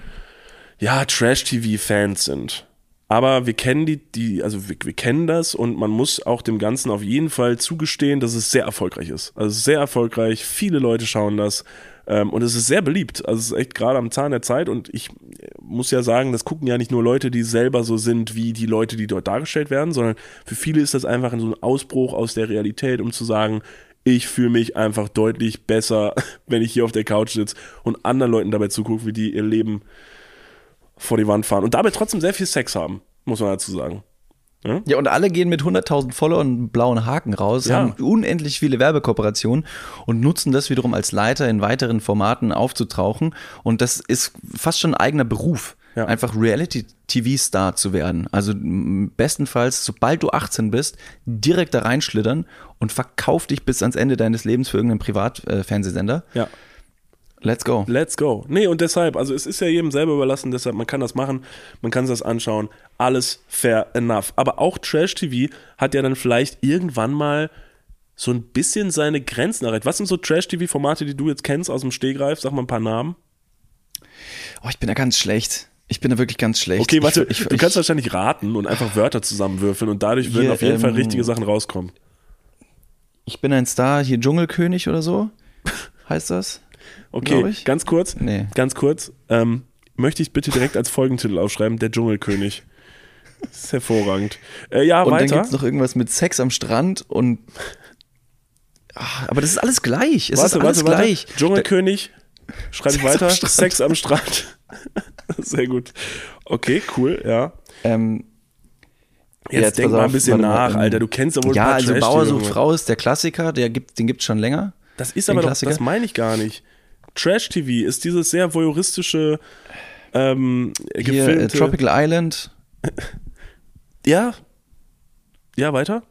Trash-TV-Fans sind. Aber wir kennen wir kennen das und man muss auch dem Ganzen auf jeden Fall zugestehen, dass es sehr erfolgreich ist. Also sehr erfolgreich. Viele Leute schauen das. Und es ist sehr beliebt. Also es ist echt gerade am Zahn der Zeit und ich muss ja sagen, das gucken ja nicht nur Leute, die selber so sind wie die Leute, die dort dargestellt werden, sondern für viele ist das einfach so ein Ausbruch aus der Realität, um zu sagen, ich fühle mich einfach deutlich besser, wenn ich hier auf der Couch sitze und anderen Leuten dabei zugucke, wie die ihr Leben vor die Wand fahren und dabei trotzdem sehr viel Sex haben, muss man dazu sagen.
Ja, und alle gehen mit 100.000 Followern und blauen Haken raus, haben unendlich viele Werbekooperationen und nutzen das wiederum als Leiter in weiteren Formaten aufzutauchen. Und das ist fast schon ein eigener Beruf, einfach Reality-TV-Star zu werden. Also bestenfalls, sobald du 18 bist, direkt da reinschlittern und verkauf dich bis ans Ende deines Lebens für irgendeinen Privatfernsehsender.
Ja.
Let's go.
Let's go. Nee, und deshalb, also es ist ja jedem selber überlassen, deshalb, man kann das machen, man kann sich das anschauen, alles fair enough. Aber auch Trash-TV hat ja dann vielleicht irgendwann mal so ein bisschen seine Grenzen erreicht. Was sind so Trash-TV-Formate, die du jetzt kennst aus dem Stegreif? Sag mal ein paar Namen.
Oh, ich bin da ganz schlecht. Ich bin da wirklich ganz schlecht.
Okay, warte, du kannst wahrscheinlich raten und einfach Wörter zusammenwürfeln und dadurch würden auf jeden Fall richtige Sachen rauskommen.
Ich bin ein Star, hier Dschungelkönig oder so, heißt das?
Okay, ganz kurz, möchte ich bitte direkt als Folgentitel aufschreiben, der Dschungelkönig. Das ist hervorragend.
Und
weiter.
Dann gibt es noch irgendwas mit Sex am Strand und aber das ist alles gleich. Es ist alles gleich.
Dschungelkönig, schreibe ich weiter, Sex am Strand. Sehr gut. Okay, cool, ja. Jetzt denk mal ein bisschen nach, Alter, du kennst ja wohl ein paar
also Bauer sucht Frau ist der Klassiker, den gibt's schon länger.
Das ist aber doch, das meine ich gar nicht. Trash-TV ist dieses sehr voyeuristische gefilmte...
Tropical Island.
Ja, weiter?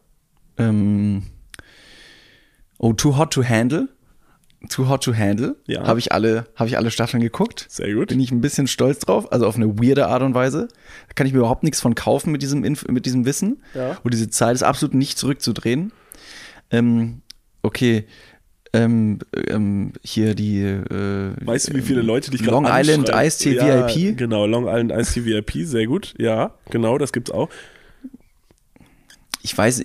Too Hot to Handle. Too Hot to Handle. Ja. Habe ich alle Staffeln geguckt.
Sehr gut.
Bin ich ein bisschen stolz drauf. Also auf eine weirde Art und Weise. Da kann ich mir überhaupt nichts von kaufen mit diesem Wissen.
Ja.
Und diese Zeit ist absolut nicht zurückzudrehen. Okay. Hier die
weißt du, wie viele Leute dich gerade
Long Island Iced Tea VIP?
Genau, Long Island Iced Tea VIP, sehr gut. Ja, genau, das gibt's auch.
Ich weiß,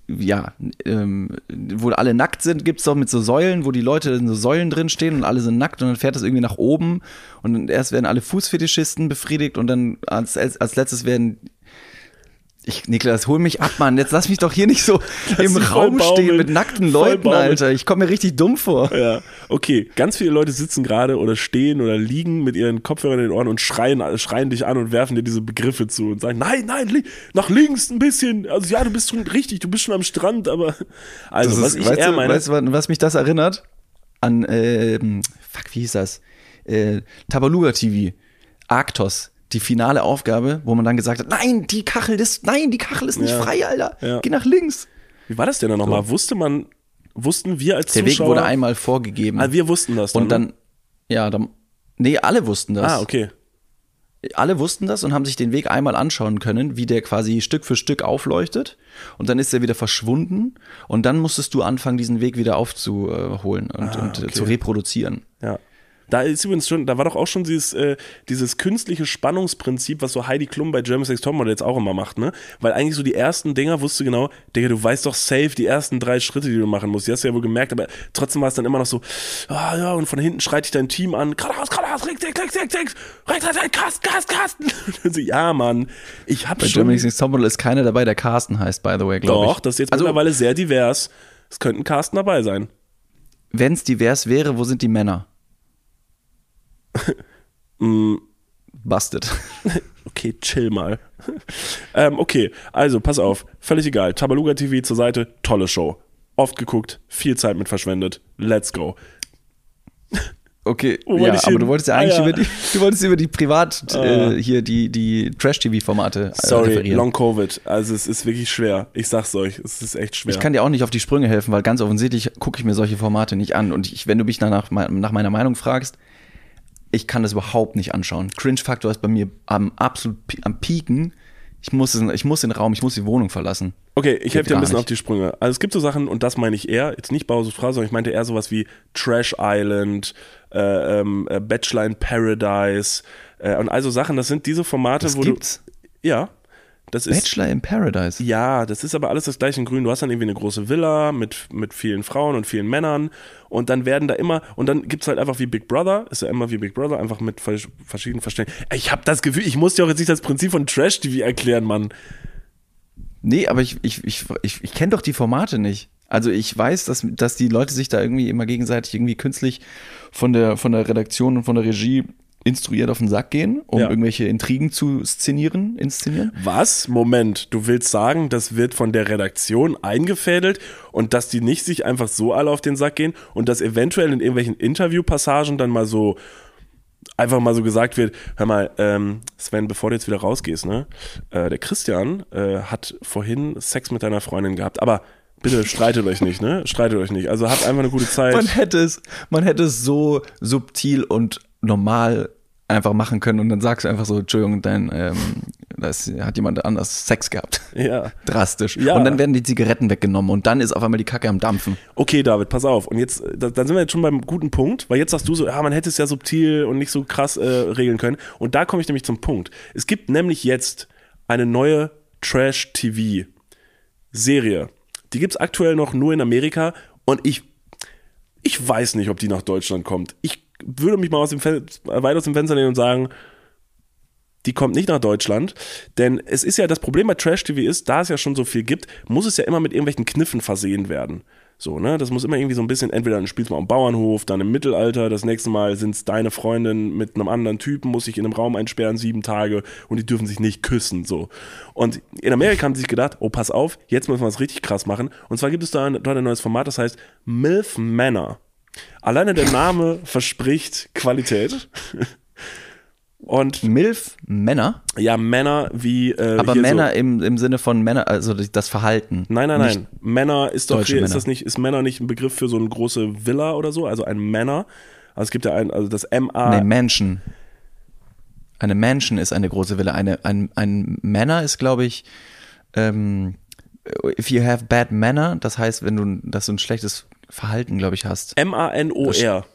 wo alle nackt sind, gibt's doch mit so Säulen, wo die Leute in so Säulen drin stehen und alle sind nackt und dann fährt das irgendwie nach oben und dann erst werden alle Fußfetischisten befriedigt und dann als letztes werden Niklas, hol mich ab, Mann. Jetzt lass mich doch hier nicht so im Raum stehen mit nackten Leuten, Alter. Ich komme mir richtig dumm vor.
Ja, okay. Ganz viele Leute sitzen gerade oder stehen oder liegen mit ihren Kopfhörern in den Ohren und schreien dich an und werfen dir diese Begriffe zu und sagen, nein, nach links ein bisschen. Also ja, du bist schon richtig, du bist schon am Strand, aber also was ich eher meine.
Weißt du, was mich das erinnert? An, wie hieß das? Tabaluga TV. Arktos. Die finale Aufgabe, wo man dann gesagt hat, nein, die Kachel ist nicht frei, Alter. Ja. Geh nach links.
Wie war das denn dann nochmal? So. Wussten wir als Zuschauer?
Der Weg wurde einmal vorgegeben.
Ah, wir wussten das dann.
Und dann, alle wussten das.
Ah, okay.
Alle wussten das und haben sich den Weg einmal anschauen können, wie der quasi Stück für Stück aufleuchtet. Und dann ist er wieder verschwunden. Und dann musstest du anfangen, diesen Weg wieder aufzuholen und zu reproduzieren.
Ja. Da ist übrigens schon, da war doch auch schon dieses künstliche Spannungsprinzip, was so Heidi Klum bei Germany's Next Topmodel jetzt auch immer macht, ne? Weil eigentlich so die ersten Dinger wusstest du genau, Digga, du weißt doch safe die ersten 3 Schritte, die du machen musst. Die hast du ja wohl gemerkt, aber trotzdem war es dann immer noch so, ja, und von hinten schreit dich dein Team an, geradeaus, rechts, Carsten. So, ja, Mann, ich hab
bei
schon...
Bei Germany's Next Topmodel ist keiner dabei, der Carsten heißt, by the way, glaube ich.
Doch, das ist jetzt mittlerweile sehr divers. Es könnten Carsten dabei sein.
Wenn es divers wäre, wo sind die Männer? Busted.
Okay, chill mal. Okay, also pass auf, völlig egal. Tabaluga TV zur Seite, tolle Show. Oft geguckt, viel Zeit mit verschwendet. Let's go.
Okay, ja, aber du wolltest ja eigentlich über die hier die Trash-TV-Formate
Sorry,
referieren.
Long Covid. Also es ist wirklich schwer. Ich sag's euch, es ist echt schwer.
Ich kann dir auch nicht auf die Sprünge helfen, weil ganz offensichtlich gucke ich mir solche Formate nicht an. Und wenn du mich nach meiner Meinung fragst, ich kann das überhaupt nicht anschauen. Cringe-Faktor ist bei mir am Pieken. Ich muss in den Raum, ich muss die Wohnung verlassen.
Okay, ich helfe dir ein bisschen
nicht.
auf die Sprünge. Also es gibt so Sachen, und das meine ich eher, jetzt nicht Bauhaus Frau, sondern ich meinte eher sowas wie Trash Island, Bachelor in Paradise und also Sachen, das sind diese Formate,
das
wo
gibt's?
du... Ja. Das ist,
Bachelor in Paradise?
Ja, das ist aber alles das gleiche in Grün. Du hast dann irgendwie eine große Villa mit vielen Frauen und vielen Männern und dann werden da immer, und dann gibt's halt einfach wie Big Brother, ist ja immer wie Big Brother, einfach mit verschiedenen Verständnissen. Ich habe das Gefühl, ich muss dir auch jetzt nicht das Prinzip von Trash-TV erklären, Mann.
Nee, aber ich kenne doch die Formate nicht. Also ich weiß, dass die Leute sich da irgendwie immer gegenseitig irgendwie künstlich von der Redaktion und von der Regie instruiert auf den Sack gehen, um irgendwelche Intrigen zu inszenieren.
Was? Moment, du willst sagen, das wird von der Redaktion eingefädelt und dass die nicht sich einfach so alle auf den Sack gehen und dass eventuell in irgendwelchen Interviewpassagen dann mal so einfach mal so gesagt wird, hör mal, Sven, bevor du jetzt wieder rausgehst, ne, der Christian hat vorhin Sex mit deiner Freundin gehabt, aber bitte streitet euch nicht, ne? Streitet euch nicht. Also habt einfach eine gute Zeit.
Man hätte es so subtil und normal einfach machen können und dann sagst du einfach so, Entschuldigung, das hat jemand anders Sex gehabt.
Ja.
Drastisch.
Ja.
Und dann werden die Zigaretten weggenommen und dann ist auf einmal die Kacke am Dampfen.
Okay, David, pass auf. Und jetzt, dann sind wir jetzt schon beim guten Punkt, weil jetzt sagst du so, ja, man hätte es ja subtil und nicht so krass regeln können. Und da komme ich nämlich zum Punkt. Es gibt nämlich jetzt eine neue Trash-TV-Serie. Die gibt es aktuell noch nur in Amerika und ich weiß nicht, ob die nach Deutschland kommt. Ich würde mich mal weit aus dem Fenster lehnen und sagen, die kommt nicht nach Deutschland, denn es ist ja, das Problem bei Trash-TV ist, da es ja schon so viel gibt, muss es ja immer mit irgendwelchen Kniffen versehen werden. So, ne, das muss immer irgendwie so ein bisschen, entweder dann spielst du mal am Bauernhof, dann im Mittelalter, das nächste Mal sind es deine Freundin mit einem anderen Typen, muss sich in einem Raum einsperren, 7 Tage und die dürfen sich nicht küssen, so. Und in Amerika haben sie sich gedacht, oh, pass auf, jetzt müssen wir es richtig krass machen. Und zwar gibt es dort ein neues Format, das heißt MILF Manor. Alleine der Name verspricht Qualität. Und
MILF Männer?
Ja, Männer wie
aber Männer so. im Sinne von Männer, also das Verhalten.
Nein. Männer ist doch
Männer.
Ist Männer nicht ein Begriff für so eine große Villa oder so? Also ein Männer. Also es gibt ja also das MA.
Nee, Mansion. Eine Mansion ist eine große Villa. Ein Männer ist, glaube ich, if you have bad manner, das heißt, wenn du ein schlechtes Verhalten, glaube ich, hast.
MANOR.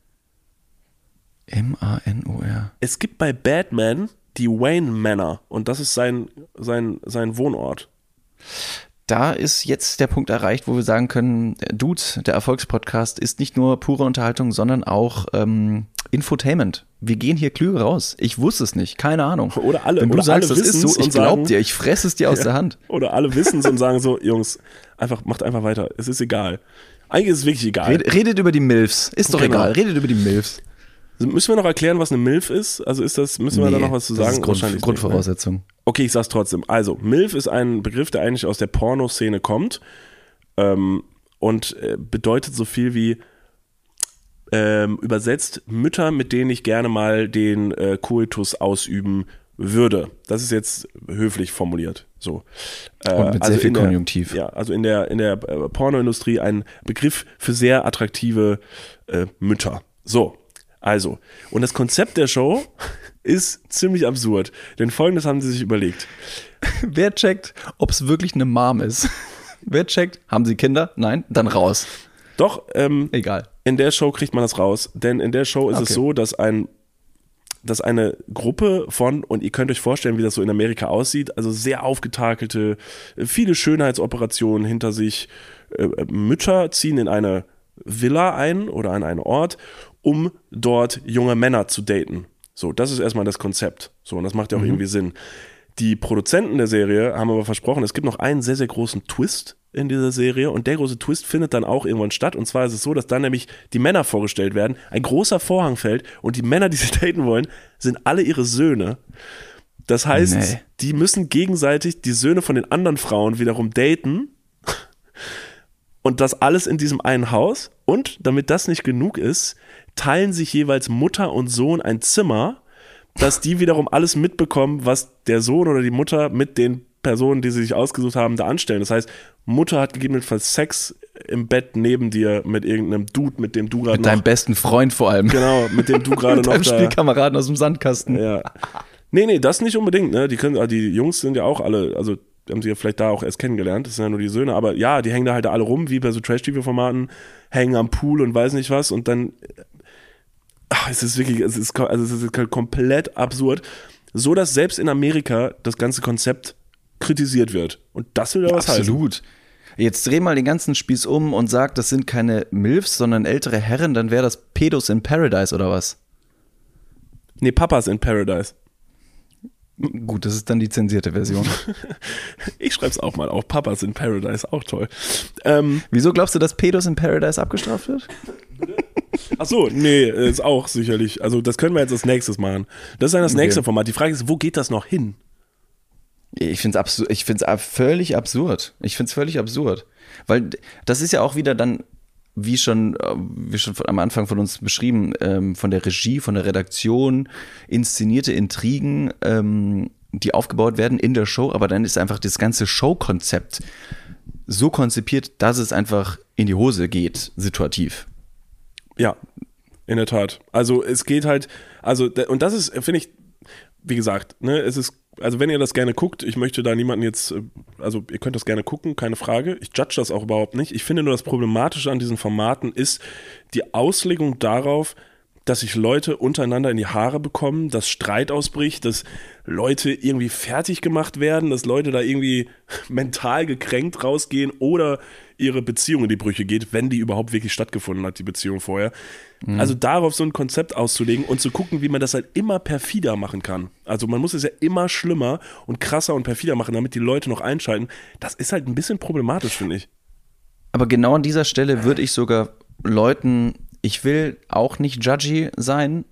MANOR.
Es gibt bei Batman die Wayne Manor und das ist sein Wohnort.
Da ist jetzt der Punkt erreicht, wo wir sagen können, Dudes, der Erfolgspodcast ist nicht nur pure Unterhaltung, sondern auch Infotainment. Wir gehen hier klüger raus. Ich wusste es nicht, keine Ahnung.
Oder alle,
wenn du
oder
sagst,
alle
das ist so, ich glaub dir, ich fresse es dir aus der Hand.
Oder alle wissen es und sagen so, Jungs, macht einfach weiter, es ist egal. Eigentlich ist es wirklich egal.
Redet über die MILFs, ist doch egal, redet über die MILFs.
Müssen wir noch erklären, was eine MILF ist? Also müssen wir da noch was zu sagen?
Das ist Grundvoraussetzung.
Okay, ich sag's trotzdem. Also, MILF ist ein Begriff, der eigentlich aus der Pornoszene kommt und bedeutet so viel wie übersetzt Mütter, mit denen ich gerne mal den Koitus ausüben würde. Das ist jetzt höflich formuliert. So.
Und mit sehr viel Konjunktiv.
Also in der Pornoindustrie ein Begriff für sehr attraktive Mütter. So. Also, und das Konzept der Show ist ziemlich absurd, denn Folgendes haben sie sich überlegt.
Wer checkt, ob es wirklich eine Mom ist? Wer checkt, haben sie Kinder? Nein? Dann raus.
Doch,
Egal.
in der Show kriegt man das raus, denn in der Show ist es so, dass eine Gruppe von, und ihr könnt euch vorstellen, wie das so in Amerika aussieht, also sehr aufgetakelte, viele Schönheitsoperationen hinter sich, Mütter ziehen in eine Villa ein oder an einen Ort, um dort junge Männer zu daten. So, das ist erstmal das Konzept. So, und das macht ja auch irgendwie Sinn. Die Produzenten der Serie haben aber versprochen, es gibt noch einen sehr, sehr großen Twist in dieser Serie und der große Twist findet dann auch irgendwann statt und zwar ist es so, dass dann nämlich die Männer vorgestellt werden, ein großer Vorhang fällt und die Männer, die sie daten wollen, sind alle ihre Söhne. Das heißt, die müssen gegenseitig die Söhne von den anderen Frauen wiederum daten und das alles in diesem einen Haus und damit das nicht genug ist, teilen sich jeweils Mutter und Sohn ein Zimmer, dass die wiederum alles mitbekommen, was der Sohn oder die Mutter mit den Personen, die sie sich ausgesucht haben, da anstellen. Das heißt, Mutter hat gegebenenfalls Sex im Bett neben dir mit irgendeinem Dude, mit dem du gerade noch...
Mit deinem besten Freund vor allem.
Genau, mit dem du gerade noch da...
Mit deinem Spielkameraden aus dem Sandkasten.
Ja. Nee, das nicht unbedingt, ne? Die Jungs sind ja auch alle, also haben sie ja vielleicht da auch erst kennengelernt, das sind ja nur die Söhne, aber ja, die hängen da halt alle rum, wie bei so Trash-TV-Formaten, hängen am Pool und weiß nicht was und dann... es ist halt komplett absurd, so dass selbst in Amerika das ganze Konzept kritisiert wird. Und das will ja was heißen.
Absolut. Jetzt dreh mal den ganzen Spieß um und sag, das sind keine Milfs, sondern ältere Herren, dann wäre das Pedos in Paradise oder was?
Nee, Papas in Paradise.
Gut, das ist dann die zensierte Version.
Ich schreib's auch mal auf. Papas in Paradise, auch toll.
Wieso glaubst du, dass Pedos in Paradise abgestraft wird?
Ach so, nee, ist auch sicherlich. Also das können wir jetzt als nächstes machen. Das ist dann das nächste Format. Die Frage ist, wo geht das noch hin?
Ich finde es völlig absurd. Weil das ist ja auch wieder dann, wie schon am Anfang von uns beschrieben, von der Regie, von der Redaktion, inszenierte Intrigen, die aufgebaut werden in der Show, aber dann ist einfach das ganze Showkonzept so konzipiert, dass es einfach in die Hose geht, situativ.
Ja, in der Tat. Also es geht halt, und das ist, finde ich, wie gesagt, ne, es ist, also wenn ihr das gerne guckt, ich möchte da niemanden jetzt, also ihr könnt das gerne gucken, keine Frage, ich judge das auch überhaupt nicht. Ich finde nur, das Problematische an diesen Formaten ist die Auslegung darauf, dass sich Leute untereinander in die Haare bekommen, dass Streit ausbricht, dass Leute irgendwie fertig gemacht werden, dass Leute da irgendwie mental gekränkt rausgehen oder ihre Beziehung in die Brüche geht, wenn die überhaupt wirklich stattgefunden hat, die Beziehung vorher. Also darauf so ein Konzept auszulegen und zu gucken, wie man das halt immer perfider machen kann. Also man muss es ja immer schlimmer und krasser und perfider machen, damit die Leute noch einschalten. Das ist halt ein bisschen problematisch, finde ich.
Aber genau an dieser Stelle würde ich sogar Leuten, ich will auch nicht judgy sein,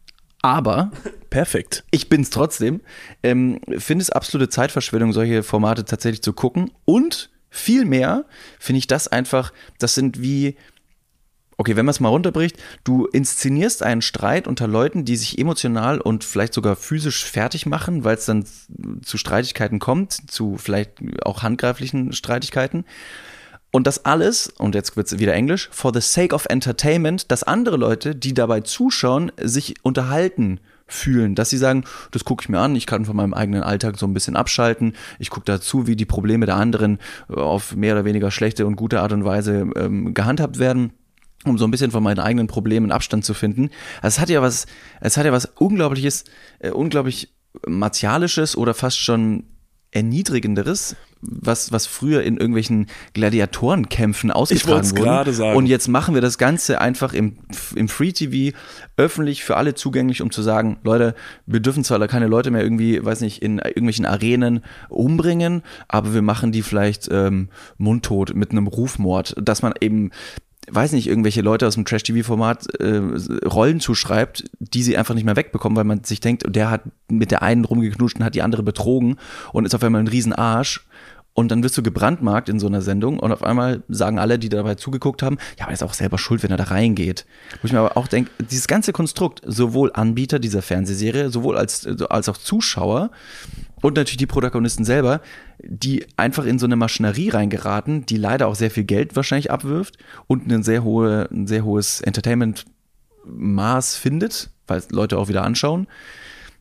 aber
perfekt.
Ich bin es trotzdem. Finde es absolute Zeitverschwendung, solche Formate tatsächlich zu gucken. Und vielmehr finde ich das einfach, das sind wie, okay, wenn man es mal runterbricht, du inszenierst einen Streit unter Leuten, die sich emotional und vielleicht sogar physisch fertig machen, weil es dann zu Streitigkeiten kommt, zu vielleicht auch handgreiflichen Streitigkeiten. Und das alles, und jetzt wird es wieder Englisch, for the sake of entertainment, dass andere Leute, die dabei zuschauen, sich unterhalten fühlen, dass sie sagen, das gucke ich mir an, ich kann von meinem eigenen Alltag so ein bisschen abschalten, ich gucke dazu, wie die Probleme der anderen auf mehr oder weniger schlechte und gute Art und Weise gehandhabt werden, um so ein bisschen von meinen eigenen Problemen Abstand zu finden. Also es hat ja was Unglaubliches, unglaublich Martialisches oder fast schon Erniedrigenderes, was früher in irgendwelchen Gladiatorenkämpfen ausgetragen wurde. Und jetzt machen wir das Ganze einfach im Free-TV öffentlich für alle zugänglich, um zu sagen, Leute, wir dürfen zwar keine Leute mehr irgendwie, weiß nicht, in irgendwelchen Arenen umbringen, aber wir machen die vielleicht mundtot mit einem Rufmord, dass man eben, weiß nicht, irgendwelche Leute aus dem Trash-TV-Format Rollen zuschreibt, die sie einfach nicht mehr wegbekommen, weil man sich denkt, der hat mit der einen rumgeknutscht und hat die andere betrogen und ist auf einmal ein Riesenarsch. Und dann wirst du gebrandmarkt in so einer Sendung und auf einmal sagen alle, die dabei zugeguckt haben, ja, aber er ist auch selber schuld, wenn er da reingeht. Wo ich mir aber auch denke, dieses ganze Konstrukt, sowohl Anbieter dieser Fernsehserie, sowohl als auch Zuschauer und natürlich die Protagonisten selber, die einfach in so eine Maschinerie reingeraten, die leider auch sehr viel Geld wahrscheinlich abwirft und ein sehr hohes Entertainment-Maß findet, weil Leute auch wieder anschauen.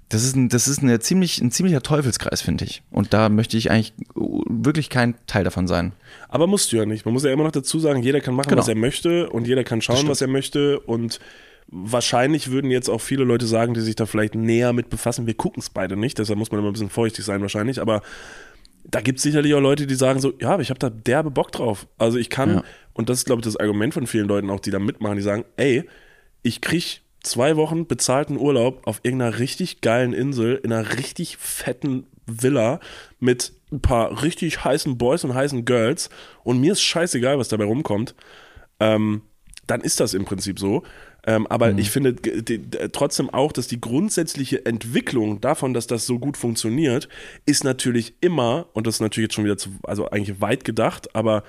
Das ist ein ziemlicher Teufelskreis, finde ich. Und da möchte ich eigentlich wirklich kein Teil davon sein.
Aber musst du ja nicht. Man muss ja immer noch dazu sagen, jeder kann machen, was er möchte und jeder kann schauen, was er möchte. Und wahrscheinlich würden jetzt auch viele Leute sagen, die sich da vielleicht näher mit befassen, wir gucken es beide nicht, deshalb muss man immer ein bisschen vorsichtig sein wahrscheinlich. Aber da gibt es sicherlich auch Leute, die sagen so, ja, aber ich habe da derbe Bock drauf. Also ich kann, und das ist glaube ich das Argument von vielen Leuten auch, die da mitmachen, die sagen, ey, ich kriege 2 Wochen bezahlten Urlaub auf irgendeiner richtig geilen Insel, in einer richtig fetten Villa mit ein paar richtig heißen Boys und heißen Girls und mir ist scheißegal, was dabei rumkommt, dann ist das im Prinzip so. Aber ich finde trotzdem auch, dass die grundsätzliche Entwicklung davon, dass das so gut funktioniert, ist natürlich immer, und das ist natürlich jetzt schon wieder also eigentlich weit gedacht, aber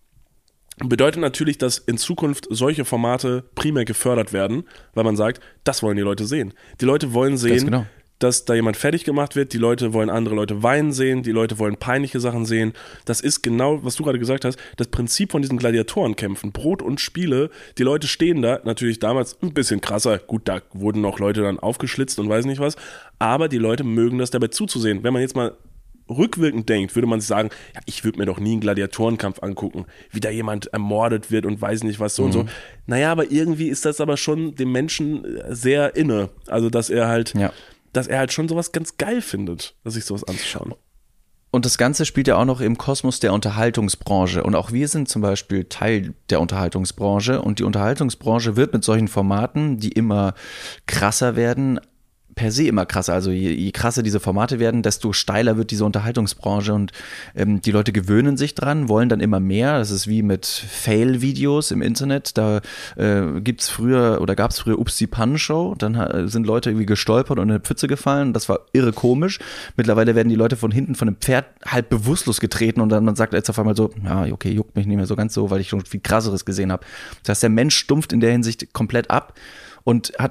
bedeutet natürlich, dass in Zukunft solche Formate primär gefördert werden, weil man sagt, das wollen die Leute sehen. Die Leute wollen sehen, dass da jemand fertig gemacht wird, die Leute wollen andere Leute weinen sehen, die Leute wollen peinliche Sachen sehen. Das ist genau, was du gerade gesagt hast, das Prinzip von diesen Gladiatorenkämpfen, Brot und Spiele. Die Leute stehen da, natürlich damals ein bisschen krasser, gut, da wurden noch Leute dann aufgeschlitzt und weiß nicht was, aber die Leute mögen das dabei zuzusehen. Wenn man jetzt mal rückwirkend denkt, würde man sich sagen, ja, ich würde mir doch nie einen Gladiatorenkampf angucken, wie da jemand ermordet wird und weiß nicht was so und so. Naja, aber irgendwie ist das aber schon dem Menschen sehr inne. Also, dass er halt schon sowas ganz geil findet, sich sowas anzuschauen.
Und das Ganze spielt ja auch noch im Kosmos der Unterhaltungsbranche. Und auch wir sind zum Beispiel Teil der Unterhaltungsbranche. Und die Unterhaltungsbranche wird mit solchen Formaten, die immer krasser werden, per se immer krasser. Also je krasser diese Formate werden, desto steiler wird diese Unterhaltungsbranche und die Leute gewöhnen sich dran, wollen dann immer mehr. Das ist wie mit Fail-Videos im Internet. Da gab es früher Ups die Pannenshow. Dann sind Leute irgendwie gestolpert und in eine Pfütze gefallen. Das war irre komisch. Mittlerweile werden die Leute von hinten von einem Pferd halb bewusstlos getreten und dann man sagt jetzt auf einmal so, ja, okay, juckt mich nicht mehr so ganz so, weil ich schon viel krasseres gesehen habe. Das heißt, der Mensch stumpft in der Hinsicht komplett ab und hat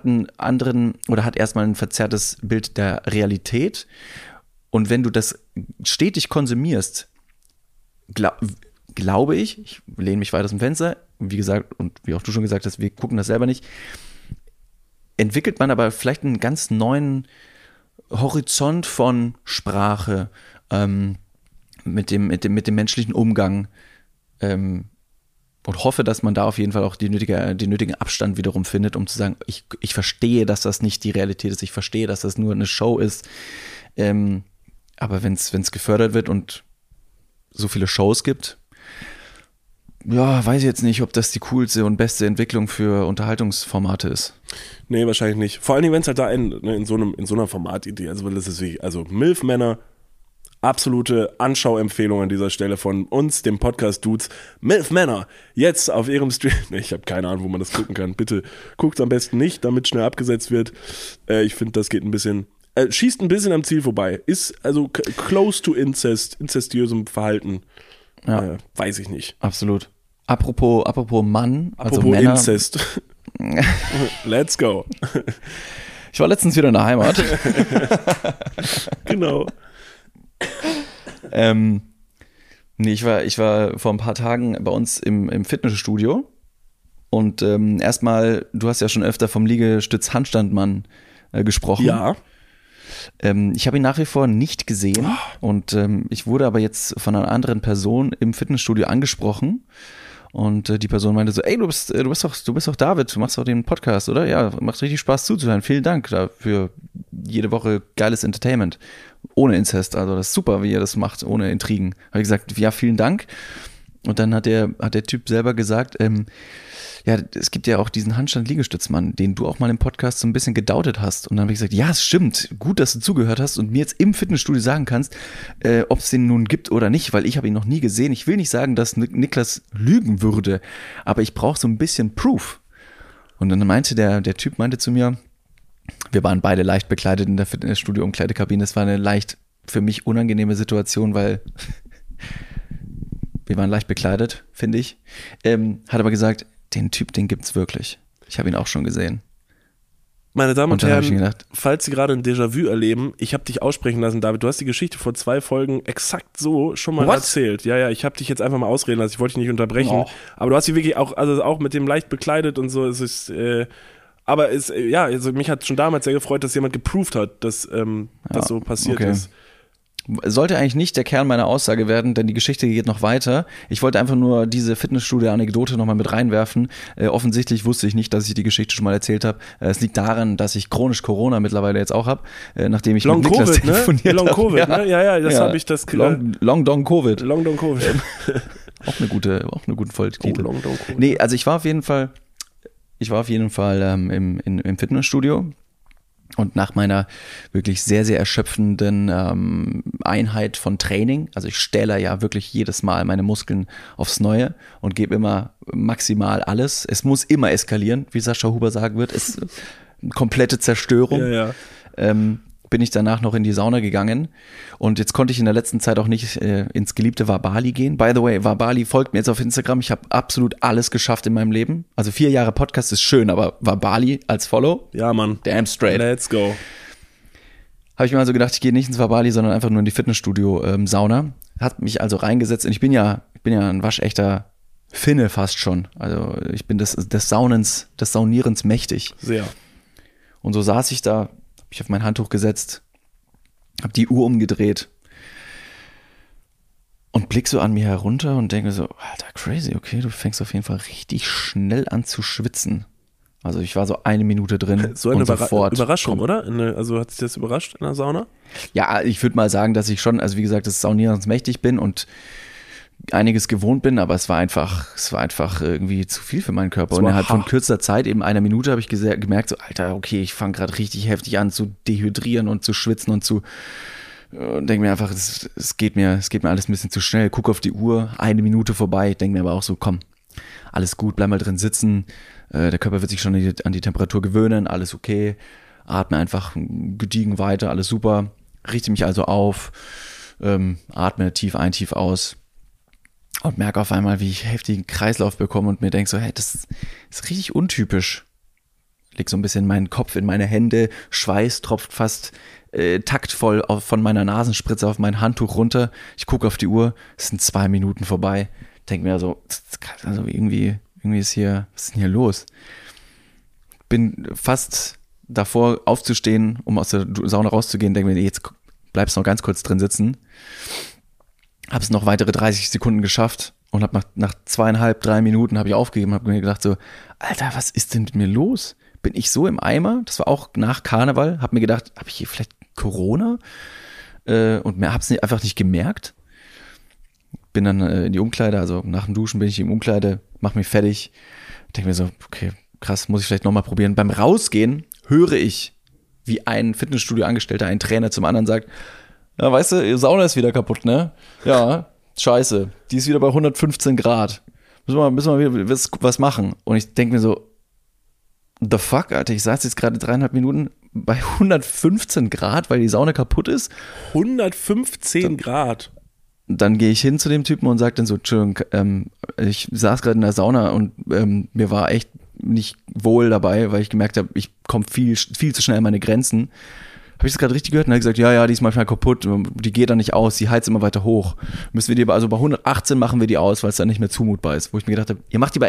hat erstmal ein verzerrtes Bild der Realität. Und wenn du das stetig konsumierst, glaube ich lehne mich weit aus dem Fenster, wie gesagt, und wie auch du schon gesagt hast, wir gucken das selber nicht, entwickelt man aber vielleicht einen ganz neuen Horizont von Sprache, mit dem menschlichen Umgang, und hoffe, dass man da auf jeden Fall auch den nötigen Abstand wiederum findet, um zu sagen, ich verstehe, dass das nicht die Realität ist, ich verstehe, dass das nur eine Show ist. Aber wenn es gefördert wird und so viele Shows gibt, ja, weiß ich jetzt nicht, ob das die coolste und beste Entwicklung für Unterhaltungsformate ist.
Nee, wahrscheinlich nicht. Vor allen Dingen, wenn es halt da in so einer Formatidee, also das ist wie, also MILF-Männer, absolute Anschauempfehlung an dieser Stelle von uns, dem Podcast-Dudes. MILF-Männer, jetzt auf ihrem Stream. Ich habe keine Ahnung, wo man das gucken kann. Bitte guckt am besten nicht, damit schnell abgesetzt wird. Ich finde, das geht ein bisschen, schießt ein bisschen am Ziel vorbei. Ist also close to inzestiösem Verhalten.
Ja.
Weiß ich nicht.
Absolut. Apropos Mann, also
apropos
Männer.
Inzest. Let's go.
Ich war letztens wieder in der Heimat.
Genau.
Nee, ich war vor ein paar Tagen bei uns im Fitnessstudio und erstmal, du hast ja schon öfter vom Liegestütz Handstandmann gesprochen.
Ja.
Ich habe ihn nach wie vor nicht gesehen und ich wurde aber jetzt von einer anderen Person im Fitnessstudio angesprochen und die Person meinte so, ey, du bist doch David, du machst doch den Podcast, oder? Ja, macht richtig Spaß zuzuhören, vielen Dank dafür, jede Woche geiles Entertainment. Ohne Inzest, also das ist super, wie ihr das macht, ohne Intrigen. Habe ich gesagt, ja, vielen Dank. Und dann hat der Typ selber gesagt, ja, es gibt ja auch diesen Handstand-Liegestützmann, den du auch mal im Podcast so ein bisschen gedautet hast. Und dann habe ich gesagt, ja, es stimmt, gut, dass du zugehört hast und mir jetzt im Fitnessstudio sagen kannst, ob es den nun gibt oder nicht, weil ich habe ihn noch nie gesehen. Ich will nicht sagen, dass Niklas lügen würde, aber ich brauche so ein bisschen Proof. Und dann meinte der Typ zu mir, wir waren beide leicht bekleidet in der Fitnessstudio-Umkleidekabine. Es war eine leicht für mich unangenehme Situation, weil wir waren leicht bekleidet, finde ich. Hat aber gesagt, den Typ, den gibt's wirklich. Ich habe ihn auch schon gesehen.
Meine Damen und Herren, falls Sie gerade ein Déjà-vu erleben, ich habe dich aussprechen lassen, David. Du hast die Geschichte vor 2 Folgen exakt so schon mal erzählt. Ja, ich habe dich jetzt einfach mal ausreden lassen. Ich wollte dich nicht unterbrechen. Aber du hast sie wirklich auch, also auch mit dem leicht bekleidet und so. Es ist Aber also mich hat schon damals sehr gefreut, dass jemand geproved hat, dass das so passiert ist.
Sollte eigentlich nicht der Kern meiner Aussage werden, denn die Geschichte geht noch weiter. Ich wollte einfach nur diese Fitnessstudio-Anekdote nochmal mit reinwerfen. Offensichtlich wusste ich nicht, dass ich die Geschichte schon mal erzählt habe. Es liegt daran, dass ich chronisch Corona mittlerweile jetzt auch habe, nachdem ich
Long
mit Niklas
Covid,
telefoniert habe.
Long Covid, ne? Ja, das habe ich das...
Long Dong Covid.
Long Dong Covid.
Auch eine gute Folgetitel.
Long Dong Covid.
Nee, also ich war auf jeden Fall im Fitnessstudio. Und nach meiner wirklich sehr, sehr erschöpfenden Einheit von Training, also ich stähle ja wirklich jedes Mal meine Muskeln aufs Neue und gebe immer maximal alles. Es muss immer eskalieren, wie Sascha Huber sagen wird. Es ist komplette Zerstörung.
Ja.
Bin ich danach noch in die Sauna gegangen und jetzt konnte ich in der letzten Zeit auch nicht ins geliebte Wabali gehen. By the way, Wabali folgt mir jetzt auf Instagram. Ich habe absolut alles geschafft in meinem Leben. Also 4 Jahre Podcast ist schön, aber Wabali als Follow?
Ja, Mann.
Damn straight.
Let's go.
Habe ich mir also gedacht, ich gehe nicht ins Wabali, sondern einfach nur in die Fitnessstudio-Sauna. Hat mich also reingesetzt und ich bin ja ein waschechter Finne fast schon. Also ich bin des Saunierens mächtig.
Sehr.
Und so saß ich da, habe ich auf mein Handtuch gesetzt, habe die Uhr umgedreht und blick so an mir herunter und denke so, Alter, crazy, okay, du fängst auf jeden Fall richtig schnell an zu schwitzen. Also ich war so 1 Minute drin.
So eine
sofort
Überraschung, oder? Also hat sich das überrascht in der Sauna?
Ja, ich würde mal sagen, dass ich schon, also wie gesagt, des Saunierens mächtig bin und einiges gewohnt bin, aber es war einfach irgendwie zu viel für meinen Körper. Und innerhalb von kürzer Zeit, eben 1 Minute, habe ich gemerkt, so, Alter, okay, ich fange gerade richtig heftig an zu dehydrieren und zu schwitzen und denke mir einfach, es geht mir alles ein bisschen zu schnell. Guck auf die Uhr, 1 Minute vorbei, denke mir aber auch so, komm, alles gut, bleib mal drin sitzen. Der Körper wird sich schon an die Temperatur gewöhnen, alles okay. Atme einfach gediegen weiter, alles super. Richte mich also auf, atme tief ein, tief aus. Und merke auf einmal, wie ich heftigen Kreislauf bekomme und mir denke so, hey, das ist richtig untypisch. Leg so ein bisschen meinen Kopf in meine Hände, Schweiß tropft fast taktvoll von meiner Nasenspritze auf mein Handtuch runter. Ich gucke auf die Uhr, es sind 2 Minuten vorbei. Denke mir so, also irgendwie ist hier, was ist denn hier los? Bin fast davor aufzustehen, um aus der Sauna rauszugehen, denke mir, jetzt bleibst du noch ganz kurz drin sitzen. Habe es noch weitere 30 Sekunden geschafft und habe nach 2,5, 3 Minuten habe ich aufgegeben, habe mir gedacht so, Alter, was ist denn mit mir los? Bin ich so im Eimer? Das war auch nach Karneval. Habe mir gedacht, habe ich hier vielleicht Corona? Und habe es einfach nicht gemerkt. Bin dann in die Umkleide, also nach dem Duschen bin ich im Umkleide, mache mich fertig. Denke mir so, okay, krass, muss ich vielleicht nochmal probieren. Beim Rausgehen höre ich, wie ein Fitnessstudio-Angestellter, ein Trainer zum anderen sagt, ja, weißt du, die Sauna ist wieder kaputt, ne? Ja, scheiße. Die ist wieder bei 115 Grad. Müssen wir wieder was machen. Und ich denke mir so, the fuck, Alter, ich saß jetzt gerade 3,5 Minuten bei 115 Grad, weil die Sauna kaputt ist.
115 Grad?
Dann gehe ich hin zu dem Typen und sage dann so, Entschuldigung, ich saß gerade in der Sauna und mir war echt nicht wohl dabei, weil ich gemerkt habe, ich komme viel zu schnell an meine Grenzen. Habe ich das gerade richtig gehört? Und er hat gesagt, ja, die ist manchmal kaputt, die geht dann nicht aus, die heizt immer weiter hoch. Müssen wir die also bei 118 machen wir die aus, weil es dann nicht mehr zumutbar ist. Wo ich mir gedacht habe, ihr macht die bei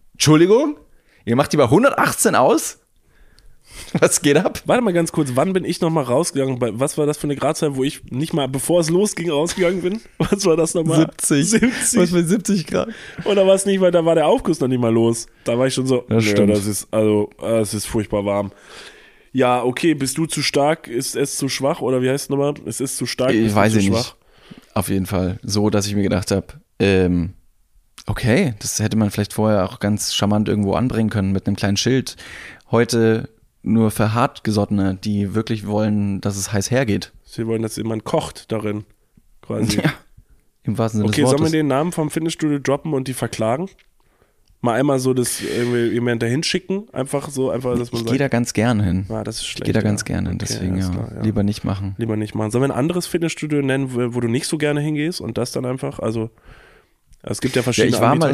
118 aus? Was geht ab?
Warte mal ganz kurz, wann bin ich nochmal rausgegangen? Was war das für eine Gradzeit, wo ich nicht mal, bevor es losging, rausgegangen bin? Was war das nochmal?
70. Was mit 70 Grad?
Oder war es nicht, weil da war der Aufguss noch nicht mal los. Da war ich schon so,
das stimmt.
Es ist furchtbar warm. Ja, okay, bist du zu stark, ist es zu schwach oder wie heißt es nochmal? Es ist zu stark,
ich weiß
zu schwach.
Nicht. Auf jeden Fall so, dass ich mir gedacht habe, okay, das hätte man vielleicht vorher auch ganz charmant irgendwo anbringen können mit einem kleinen Schild. Heute nur für Hartgesottene, die wirklich wollen, dass es heiß hergeht.
Sie wollen, dass jemand kocht darin, quasi.
Ja, im wahrsten Sinne des
Okay,
Wortes.
sollen wir den Namen vom Fitnessstudio droppen und die verklagen? Mal einmal so das irgendwie jemand dahin schicken, dass man sagt.
Ich gehe da ganz gerne hin.
Ah, das ist schlecht.
Ich gehe da ganz gerne hin,
okay,
deswegen
klar, ja.
Lieber nicht machen.
Lieber nicht machen. Sollen wir ein anderes Fitnessstudio nennen, wo du nicht so gerne hingehst und das dann einfach, also es gibt ja verschiedene Anbieter.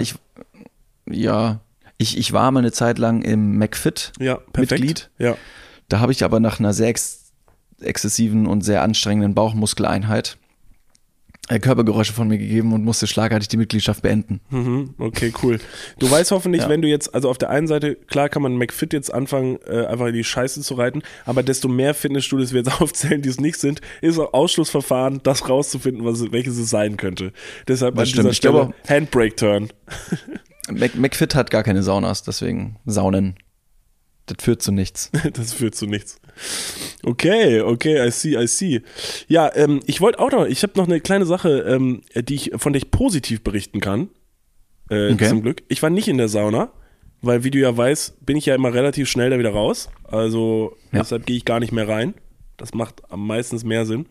Ich war mal eine Zeit lang im McFit Mitglied.
Ja.
Da habe ich aber nach einer sehr exzessiven und sehr anstrengenden Bauchmuskeleinheit Körpergeräusche von mir gegeben und musste schlagartig die Mitgliedschaft beenden.
Okay, cool. Du weißt hoffentlich, wenn du jetzt, also auf der einen Seite, klar kann man McFit jetzt anfangen, einfach in die Scheiße zu reiten, aber desto mehr Fitnessstudios wir jetzt aufzählen, die es nicht sind, ist auch Ausschlussverfahren, das rauszufinden, welches es sein könnte. Deshalb an dieser Stelle Handbrake-Turn.
McFit hat gar keine Saunas, deswegen Saunen. Das führt zu nichts.
Das führt zu nichts. Okay, I see. Ja, ich wollte auch noch, ich habe noch eine kleine Sache, von der ich positiv berichten kann. Zum Glück. Ich war nicht in der Sauna, weil, wie du ja weißt, bin ich ja immer relativ schnell da wieder raus. Also deshalb gehe ich gar nicht mehr rein. Das macht am meisten mehr Sinn.